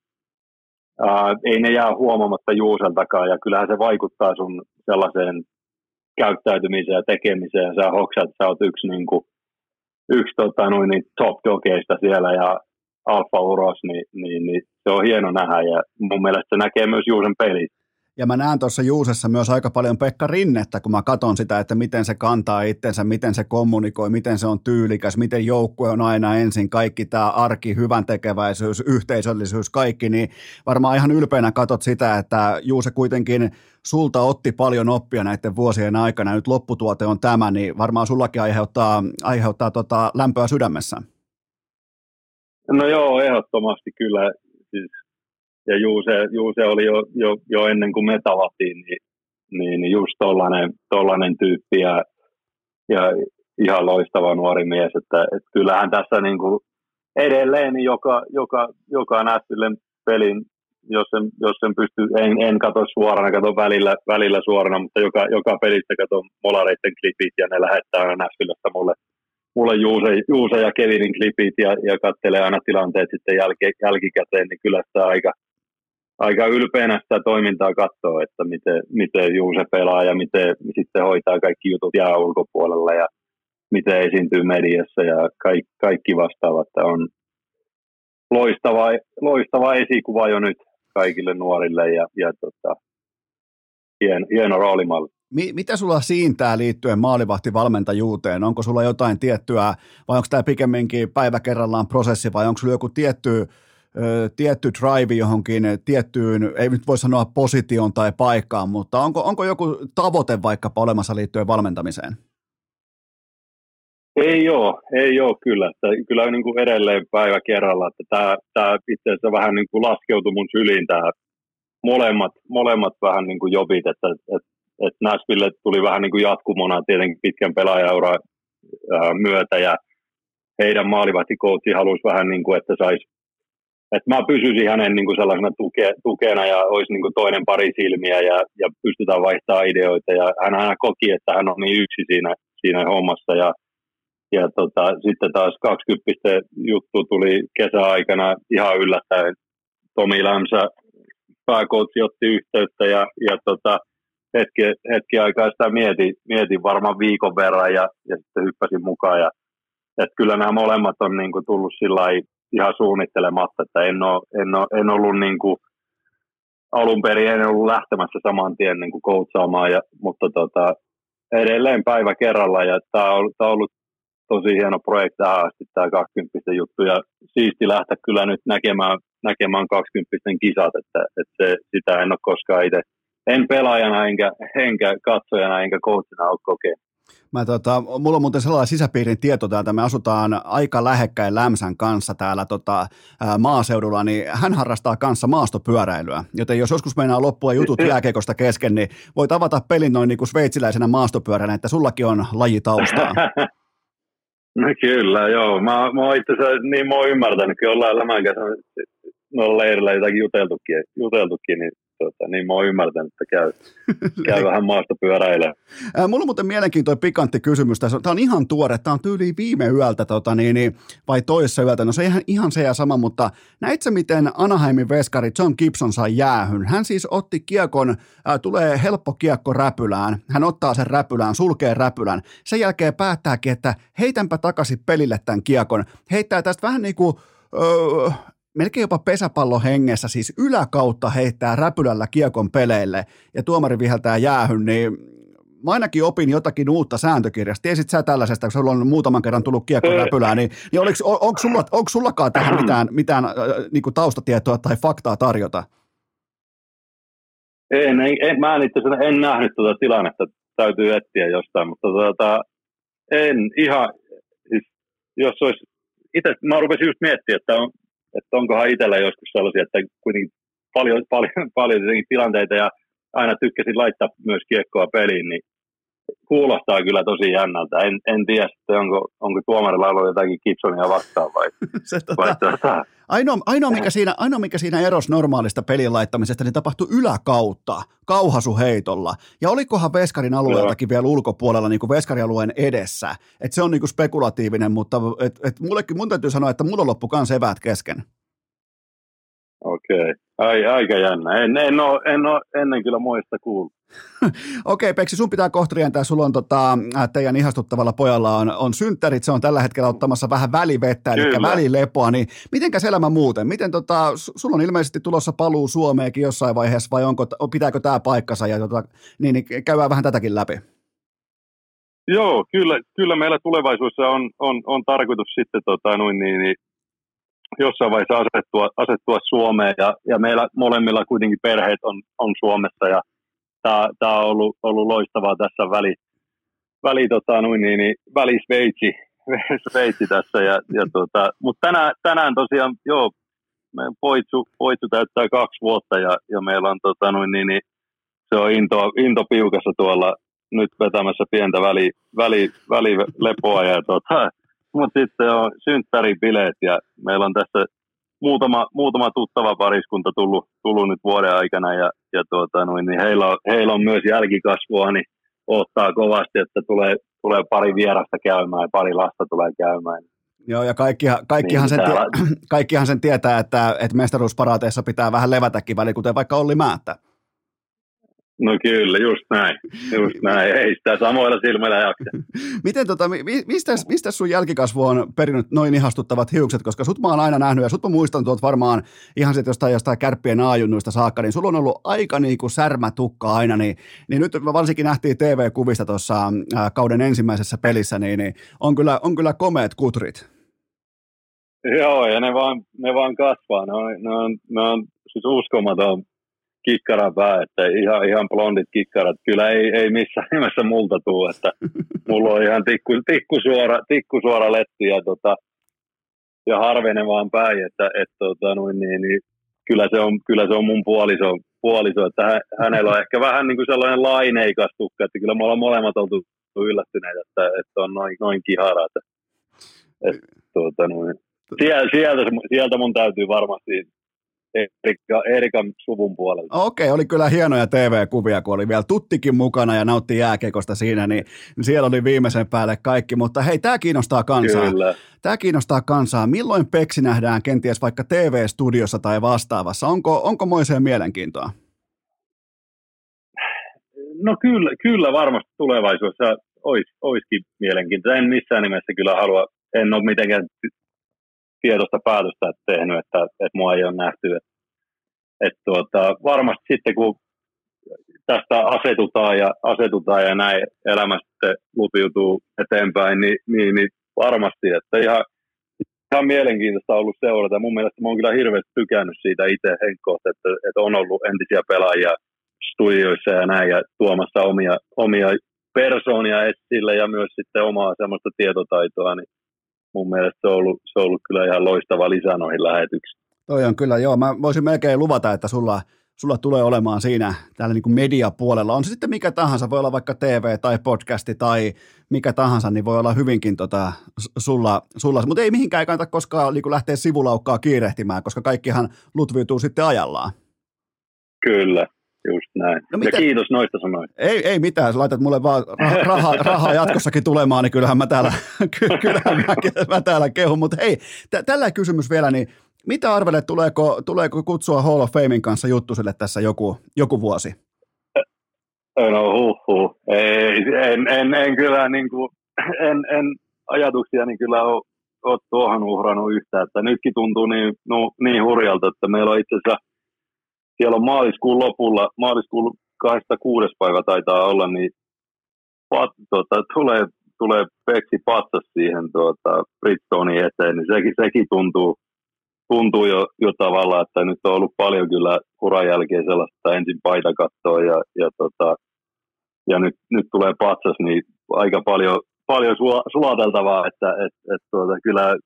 Uh, ei ne jää huomaamatta Juuseltakaan, ja kyllähän se vaikuttaa sun sellaiseen käyttäytymiseen ja tekemiseen. Sä hoksat, sä oot yksi, niin kuin, yksi tota, noin, niin top dogeista siellä ja alfa uros, niin, niin, niin se on hieno nähdä, ja mun mielestä se näkee myös Juusen pelit. Ja mä näen tuossa Juusessa myös aika paljon Pekka Rinnettä, kun mä katson sitä, että miten se kantaa itsensä, miten se kommunikoi, miten se on tyylikäs, miten joukkue on aina ensin, kaikki tämä arki, hyvän tekeväisyys, yhteisöllisyys, kaikki, niin varmaan ihan ylpeänä katot sitä, että Juuse kuitenkin sulta otti paljon oppia näiden vuosien aikana, nyt lopputuote on tämä, niin varmaan sullakin aiheuttaa, aiheuttaa tota lämpöä sydämessä. No joo, ehdottomasti kyllä, siis ja Juuse, Juuse oli jo, jo, jo ennen kuin me tavattiin, niin, niin just tollainen, tollainen tyyppi ja, ja ihan loistava nuori mies. Että, että kyllähän tässä niin kuin edelleen niin joka, joka, joka Nashvillen pelin, jos sen, jos sen pystyy, en, en katso suorana, katso välillä, välillä suorana, mutta joka, joka pelissä katson molareiden klipit ja ne lähettää aina Nashvillesta mulle, mulle Juuse, Juuse ja Kevinin klipit ja, ja katselee aina tilanteet sitten jälki, jälkikäteen, niin kyllä sitä aika Aika ylpeänä sitä toimintaa katsoo, että miten, miten Juuse pelaa ja miten sitten hoitaa kaikki jutut jää ulkopuolella ja miten esiintyy mediassa ja kaikki, kaikki vastaavat. On loistava, loistava esikuva jo nyt kaikille nuorille ja, ja tota, hieno, hieno roolimalli. Mitä sulla siintää liittyen maalivahtivalmentajuuteen? Onko sulla jotain tiettyä vai onko tämä pikemminkin päivä kerrallaan prosessi vai onko sulla joku tietty tietty drive johonkin tiettyyn, ei nyt voi sanoa positioon tai paikkaan, mutta onko, onko joku tavoite vaikkapa olemassa liittyen valmentamiseen? Ei ole, ei ole kyllä. Että kyllä niin kuin edelleen päivä kerralla, että tämä, tämä itse asiassa vähän niin kuin laskeutui mun syliin tämä molemmat, molemmat vähän niin kuin jobit, että, että, että Nashville tuli vähän niin kuin jatkumona tietenkin pitkän pelaajaura myötä ja heidän maalivahtikoutsi halusi vähän niin kuin, että saisi että mä pysyisin hänen niin kuin sellaisena tuke, tukena ja olisi niin kuin toinen pari silmiä ja, ja pystytään vaihtamaan ideoita. Ja hän aina koki, että hän on niin yksi siinä, siinä hommassa. Ja, ja tota, sitten taas kaksikymmentä juttu tuli kesäaikana ihan yllättäen. Tomi Lämsä, pääkoutsi, otti yhteyttä ja, ja tota, hetki, hetki aikaa sitä mietin, mietin varmaan viikon verran ja, ja sitten hyppäsin mukaan. Ja, että kyllä nämä molemmat on niin kuin tullut sillä lailla ihan suunnittelematta, että en, ole, en, ole, en ollut niin kuin alun perin en ollut lähtemässä saman tien niin kuin coachaamaan, ja, mutta tota, edelleen päivä kerralla, ja tämä on, on ollut tosi hieno projekti tähän asti, tämä kaksikymppisten juttu, ja siisti lähteä kyllä nyt näkemään, näkemään kaksikymppisten kisat, että, että se, sitä en ole koskaan itse, en pelaajana, enkä, enkä katsojana, enkä coachina ole kokenut. Mä tota, mulla on muuten sellainen sisäpiirin tieto täältä, me asutaan aika lähekkäin Lämsän kanssa täällä tota, ää, maaseudulla, niin hän harrastaa kanssa maastopyöräilyä, joten jos joskus meinaa loppua jutut jääkiekosta kesken, niin voit avata pelin noin niin kuin sveitsiläisenä maastopyöränä, että sullakin on lajitaustaa. No kyllä, joo. Mä, mä oon itse asiassa, niin mä oon ymmärtänyt, kun ollaan Lämän kanssa noilla leirillä jotakin juteltukin, juteltukin niin, tota, niin mä oon ymmärtänyt, että käy, käy vähän maastopyöräilemään. Mulla on muuten mielenkiintoinen pikantti kysymys. Tämä on ihan tuore, tämä on tyyli viime yöltä tota, niin, niin, vai toissa yöltä. No se ihan, ihan se ja sama, mutta näitkö miten Anaheimin veskari John Gibson sai jäähyn? Hän siis otti kiekon, äh, tulee helppo kiekko räpylään, hän ottaa sen räpylään, sulkee räpylän, sen jälkeen päättääkin, että heitänpä takaisin pelille tämän kiekon. Heittää tästä vähän niin kuin Öö, melkein jopa pesäpallo hengessä, siis yläkautta heittää räpylällä kiekon peleille ja tuomari viheltää jäähyn, niin mä ainakin opin jotakin uutta sääntökirjasta. Tiesit sä tällaisesta, kun sulla on muutaman kerran tullut kiekko räpylään, niin, niin oliko, on, onko, sulla, onko sullakaan tähän mitään, mitään äh, niin kuin taustatietoa tai faktaa tarjota? En, en, en mä en itse asiassa en nähnyt tuota tilannetta, täytyy etsiä jostain, mutta tuota, en ihan, siis, jos olisi, itse mä rupesin just miettimään, että on että onkohan itsellä joskus sellaisia, että kuitenkin paljon, paljon, paljon tilanteita ja aina tykkäsin laittaa myös kiekkoa peliin, niin kuulostaa kyllä tosi jännältä. En, en tiedä, että onko, onko tuomarilla ollut jotakin Gibsonia vastaan vai, Se, tota, vai tota. ainoa, ainoa, mikä siinä, ainoa mikä siinä erosi normaalista pelin laittamisesta, niin tapahtui yläkautta kauhasuheitolla. Ja olikohan veskarin alueeltakin vielä ulkopuolella niin kuin veskarialueen edessä. Et se on niin kuin spekulatiivinen, mutta et, et mullekin, mun täytyy sanoa, että mulla loppu kans eväät kesken. Okei, Ai, aika jännä. En, en, ole, en ole ennen kyllä muista kuullut. Okei, Peksi, sun pitää kohta rientää. Sulla on tota, teidän ihastuttavalla pojalla on, on synttärit, se on tällä hetkellä ottamassa vähän välivettä, eli Kyllä. välilepoa, niin mitenkäs elämä muuten? Miten tota, sulla on ilmeisesti tulossa paluu Suomeenkin jossain vaiheessa, vai onko, pitääkö tämä paikkansa, ja tota, niin, niin käydään vähän tätäkin läpi. Joo, kyllä, kyllä meillä tulevaisuudessa on, on, on tarkoitus sitten tota, noin, niin, niin, jossain vaiheessa asettua, asettua Suomeen, ja, ja meillä molemmilla kuitenkin perheet on, on Suomessa, ja tämä on ollut, ollut loistavaa tässä väli, väli, tota, noin, niin, niin, välisveitsi Sveitsi tässä. Ja, ja, tota, mutta tänään, tänään tosiaan, joo, meidän poitsu, poitsu täyttää kaksi vuotta ja, ja meillä on, tota, noin, niin, niin, se on into, into piukassa tuolla nyt vetämässä pientä väli, väli, välilepoa. Ja, tota, mutta sitten on synttäribileet ja meillä on tässä muutama, muutama tuttava pariskunta tullut, tullut nyt vuoden aikana ja, ja tuota, noin, niin heillä, on, heillä on myös jälkikasvua, niin odottaa kovasti, että tulee, tulee pari vierasta käymään ja pari lasta tulee käymään. Joo, ja kaikkihan, kaikkihan, niin, sen, tie, kaikkihan sen tietää, että, että mestaruusparaateissa pitää vähän levätäkin väliin, kuten vaikka Olli Määttä. No kyllä, just näin. Just näin. Ei sitä samoilla silmällä jaksa. Miten tota, mistä, mistä sun jälkikasvu on perinnyt noin ihastuttavat hiukset, koska sut mä oon aina nähnyt, ja sut mä muistan tuolta varmaan ihan sit jostain, jostain kärppien aajunnuista saakka, niin sulla on ollut aika niinku särmätukka aina, niin, niin nyt varsinkin nähtiin T V-kuvista tuossa kauden ensimmäisessä pelissä, niin, niin on, kyllä, on kyllä komeet kutrit. Joo, ja ne vaan, ne vaan kasvaa. Ne on, ne on, ne on siis uskomaton kikkaran pää, että ihan, ihan blondit kikkarat. Kyllä ei, ei missään nimessä multa tule, että mulla on ihan tikku, tikkusuora, tikkusuora letti ja, tota, ja harvenevaan päin, että et, tota, noin, niin, niin, kyllä, se on, kyllä se on mun puoliso, puoliso että hä, hänellä on ehkä vähän niin kuin sellainen laineikas tukka, että kyllä me ollaan molemmat oltu yllättyneitä, että, että on noin, noin kihara, että, että, tota, noin. Sieltä, sieltä, sieltä mun täytyy varmasti Erika, Erikan suvun puolelta. Okei, oli kyllä hienoja T V-kuvia, kun oli vielä Tuttikin mukana ja nautti jääkiekosta siinä, niin siellä oli viimeisen päälle kaikki, mutta hei, tämä kiinnostaa kansaa. Kyllä. Tämä kiinnostaa kansaa. Milloin Peksi nähdään kenties vaikka T V-studiossa tai vastaavassa? Onko, onko moiseen mielenkiintoa? No kyllä, kyllä varmasti tulevaisuudessa olisi, olisikin mielenkiintoa. En missään nimessä kyllä halua, en ole mitenkään tietoista päätöstä tehnyt, että, että mua ei ole nähty. et tuota, varmasti sitten kun tästä asetutaan ja, asetutaan ja näin elämä sitten lupiutuu eteenpäin, niin, niin, niin varmasti, että ihan, ihan mielenkiintoista on ollut seurata. Mun mielestä mä oon kyllä hirveästi tykännyt siitä itse henkkohta, että, että on ollut entisiä pelaajia studioissa ja näin ja tuomassa omia, omia persoonia esille ja myös sitten omaa semmoista tietotaitoa, niin mun mielestä se on ollut, se on ollut kyllä ihan loistava lisä noihin lähetyksiin. Toi on kyllä, joo. Mä voisin melkein luvata, että sulla, sulla tulee olemaan siinä täällä niin kuin mediapuolella. On se sitten mikä tahansa, voi olla vaikka T V tai podcasti tai mikä tahansa, niin voi olla hyvinkin tota, sulla, sulla. Mutta ei mihinkään ei kannata koskaan niin kuin lähteä sivulaukkaa kiirehtimään, koska kaikkihan lutviutuu sitten ajallaan. Kyllä. Just näin. No ja kiitos noista sanoista. Ei, ei mitään, sä laitat mulle vaan rahaa, rahaa jatkossakin tulemaan, niin kyllähän mä täällä, kyllähän mä, mä täällä kehun. Mutta hei, t- tällä kysymys vielä, niin mitä arvelet, tuleeko, tuleeko kutsua Hall of Famein kanssa juttusille tässä joku, joku vuosi? No huh, huh. Ei, en, en, en kyllä niin kuin, en, en ajatuksia niin kyllä ole, ole tuohon uhrannut yhtään, että nytkin tuntuu niin, no, niin hurjalta, että meillä on itse asiassa siellä on maaliskuun lopulla, maaliskuun kahdeskymmeneskuudes päivä taitaa olla, niin pat, tuota, tulee, tulee Peksi patsas siihen tuota, Bridgestonein eteen, niin sekin, sekin tuntuu, tuntuu jo, jo tavallaan, että nyt on ollut paljon kyllä uran jälkeen sellaista ensin paitakattoa ja, ja, tota, ja nyt, nyt tulee patsas, niin aika paljon, paljon sulateltavaa, että et, et, tuota, kyllä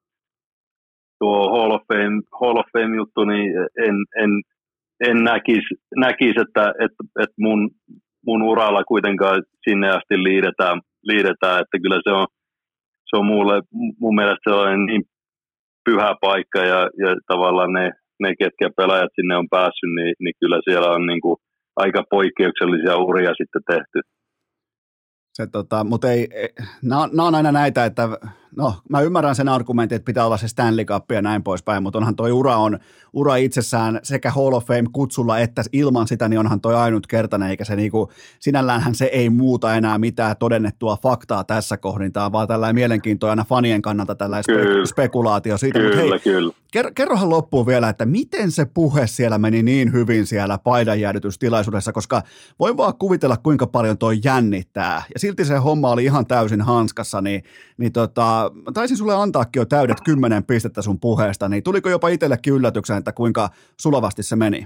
tuo Hall of Fame, Hall of Fame juttu, niin en, en En näkisi, näkis, että, että, että mun, mun uralla kuitenkaan sinne asti liidetään, liidetään että kyllä se on, se on mulle, mun mielestä sellainen niin pyhä paikka ja, ja tavallaan ne, ne, ketkä pelaajat sinne on päässyt, niin, niin kyllä siellä on niin kuin aika poikkeuksellisia uria sitten tehty. Se, tota, mutta ei, nämä on aina näitä, että no mä ymmärrän sen argumentin, että pitää olla se Stanley Cup ja näin poispäin, mutta onhan toi ura on ura itsessään sekä Hall of Fame kutsulla että ilman sitä, niin onhan toi ainutkertainen, eikä se niinku, sinälläänhän se ei muuta enää mitään todennettua faktaa tässä kohdin, tämä on vaan tällainen mielenkiintoinen aina fanien kannalta tällainen spe- spekulaatio siitä, kyllä, mutta hei, kyllä. Ker- kerrohan loppuun vielä, että miten se puhe siellä meni niin hyvin siellä paidanjäädytystilaisuudessa, koska voi vaan kuvitella, kuinka paljon toi jännittää, ja silti se homma oli ihan täysin hanskassa, niin, niin tota, taisin sulle antaakin jo täydet kymmenen pistettä sun puheesta, niin tuliko jopa itsellekin yllätyksen, että kuinka sulavasti se meni?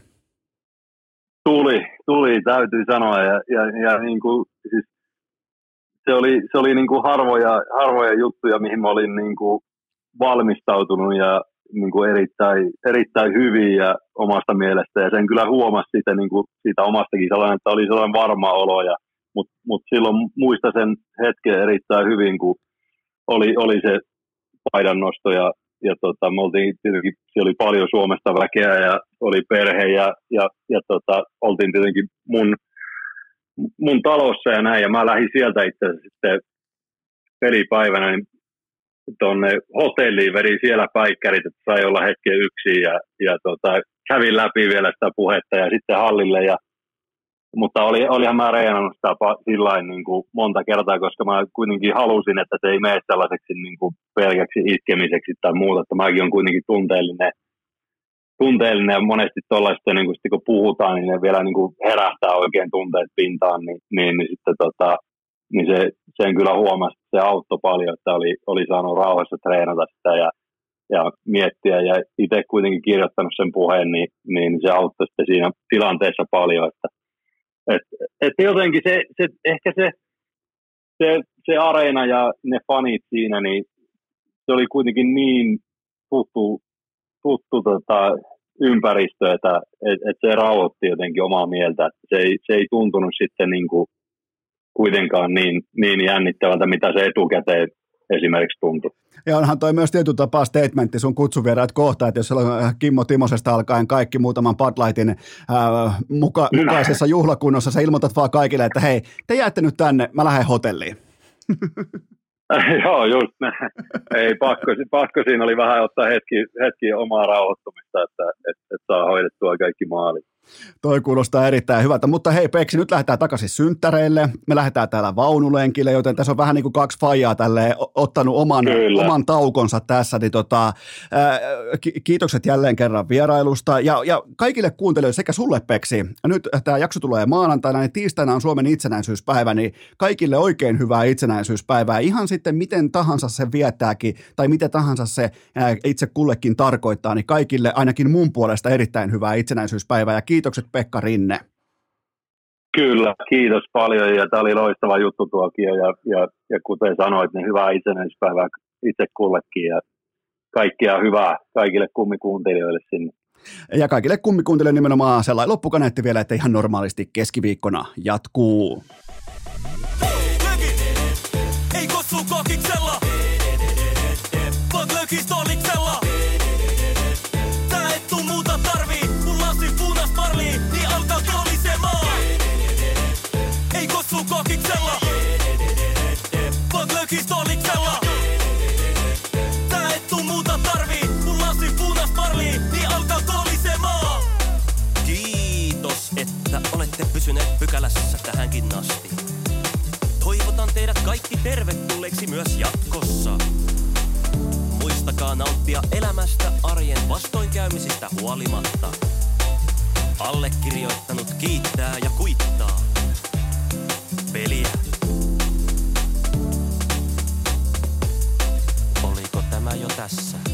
Tuli, tuli täytyy sanoa, ja, ja, ja niin kuin, siis se oli, se oli niin kuin harvoja, harvoja juttuja, mihin mä olin niin kuin valmistautunut ja niin kuin erittäin, erittäin hyvin ja omasta mielestä, ja sen kyllä huomasi siitä, niin kuin, siitä omastakin sellainen, että oli sellainen varma olo, ja, mutta mut silloin muista sen hetken erittäin hyvin, kun oli, oli se paidannosto, ja, ja tota, me oltiin tietenkin, siellä oli paljon Suomesta väkeä, ja oli perhe, ja, ja, ja tota, oltiin tietenkin mun, mun talossa ja näin, ja mä lähdin sieltä itse asiassa sitten pelipäivänä, niin tuonne hotelliin, vedin siellä päikkärit, että sai olla hetken yksin ja, ja tota, kävin läpi vielä sitä puhetta ja sitten hallille. Ja, mutta oli, olihan mä reenannut sitä sillain niin kuin monta kertaa, koska mä kuitenkin halusin, että se ei mene sellaiseksi niin kuin pelkäksi iskemiseksi tai muuta, että mäkin on kuitenkin tunteellinen, tunteellinen ja monesti tuollaista, niin kun puhutaan, niin ne vielä niin kuin herättää oikein tunteet pintaan, niin, niin, niin sitten tota, niin se, sen kyllä huomasi, että se auttoi paljon, että oli, oli saanut rauhassa treenata sitä ja, ja miettiä. Ja itse kuitenkin kirjoittanut sen puheen, niin, niin se auttoi sitten siinä tilanteessa paljon. Että, et, et jotenkin se, se, ehkä se, se, se areena ja ne fanit siinä, niin se oli kuitenkin niin tuttu, tuttu tota, ympäristö, että et, et se rauhoitti jotenkin omaa mieltä. Että se, ei, se ei tuntunut sitten niin kuin kuitenkaan niin, niin jännittävältä, mitä se etukäteen esimerkiksi tuntui. Ja onhan toi myös tietyllä tapaa statementti sun kutsuvieraat kohta, että jos siellä on Kimmo Timosesta alkaen kaikki muutaman Bud Lightin ää, muka, mukaisessa juhlakunnossa, sä ilmoitat vaan kaikille, että hei, te jäätte nyt tänne, mä lähden hotelliin. Joo, just näin. Ei, pakko, pakko siinä oli vähän ottaa hetki, hetki omaa rauhoittumista, että, että, että saa hoidettua kaikki maalit. Toi kuulostaa erittäin hyvältä, mutta hei Peksi, nyt lähdetään takaisin synttäreille, me lähdetään täällä vaunulenkille, joten tässä on vähän niin kuin kaksi faijaa tälleen ottanut oman, oman taukonsa tässä, niin tota, ää, ki- kiitokset jälleen kerran vierailusta, ja, ja kaikille kuuntelijoille sekä sulle Peksi, nyt tämä jakso tulee maanantaina, niin tiistaina on Suomen itsenäisyyspäivä, niin kaikille oikein hyvää itsenäisyyspäivää, ihan sitten miten tahansa se viettääkin, tai miten tahansa se ää, itse kullekin tarkoittaa, niin kaikille ainakin mun puolesta erittäin hyvää itsenäisyyspäivää, ja kiitokset Pekka Rinne. Kyllä, kiitos paljon ja tämä oli loistava juttu tuokio ja, ja, ja kuten sanoit, niin hyvää itsenäisyyspäivää itse kullekin ja kaikkea hyvää kaikille kummikuuntelijoille sinne. Ja kaikille kummikuuntelijoille nimenomaan sellainen loppukaneetti vielä, että ihan normaalisti keskiviikkona jatkuu. Ei kossu kokiksella, vaan lökistoliksella. Tää et tuu muuta tarvii, kun lasi punas parlii, niin alkaa kolisemaan. Ei kossu kokiksella, vaan lökistoliksella. Tää et tuu muuta tarvii, kun lasi punas parlii, niin alkaa kolisemaan. Kiitos, että olette pysyneet pykälässä tähänkin asti. Toivotan teidät kaikki tervetulleiksi myös jatkossa. Muistakaa nauttia elämästä arjen vastoinkäymisistä huolimatta. Allekirjoittanut kiittää ja kuittaa. Peliä. Oliko tämä jo tässä?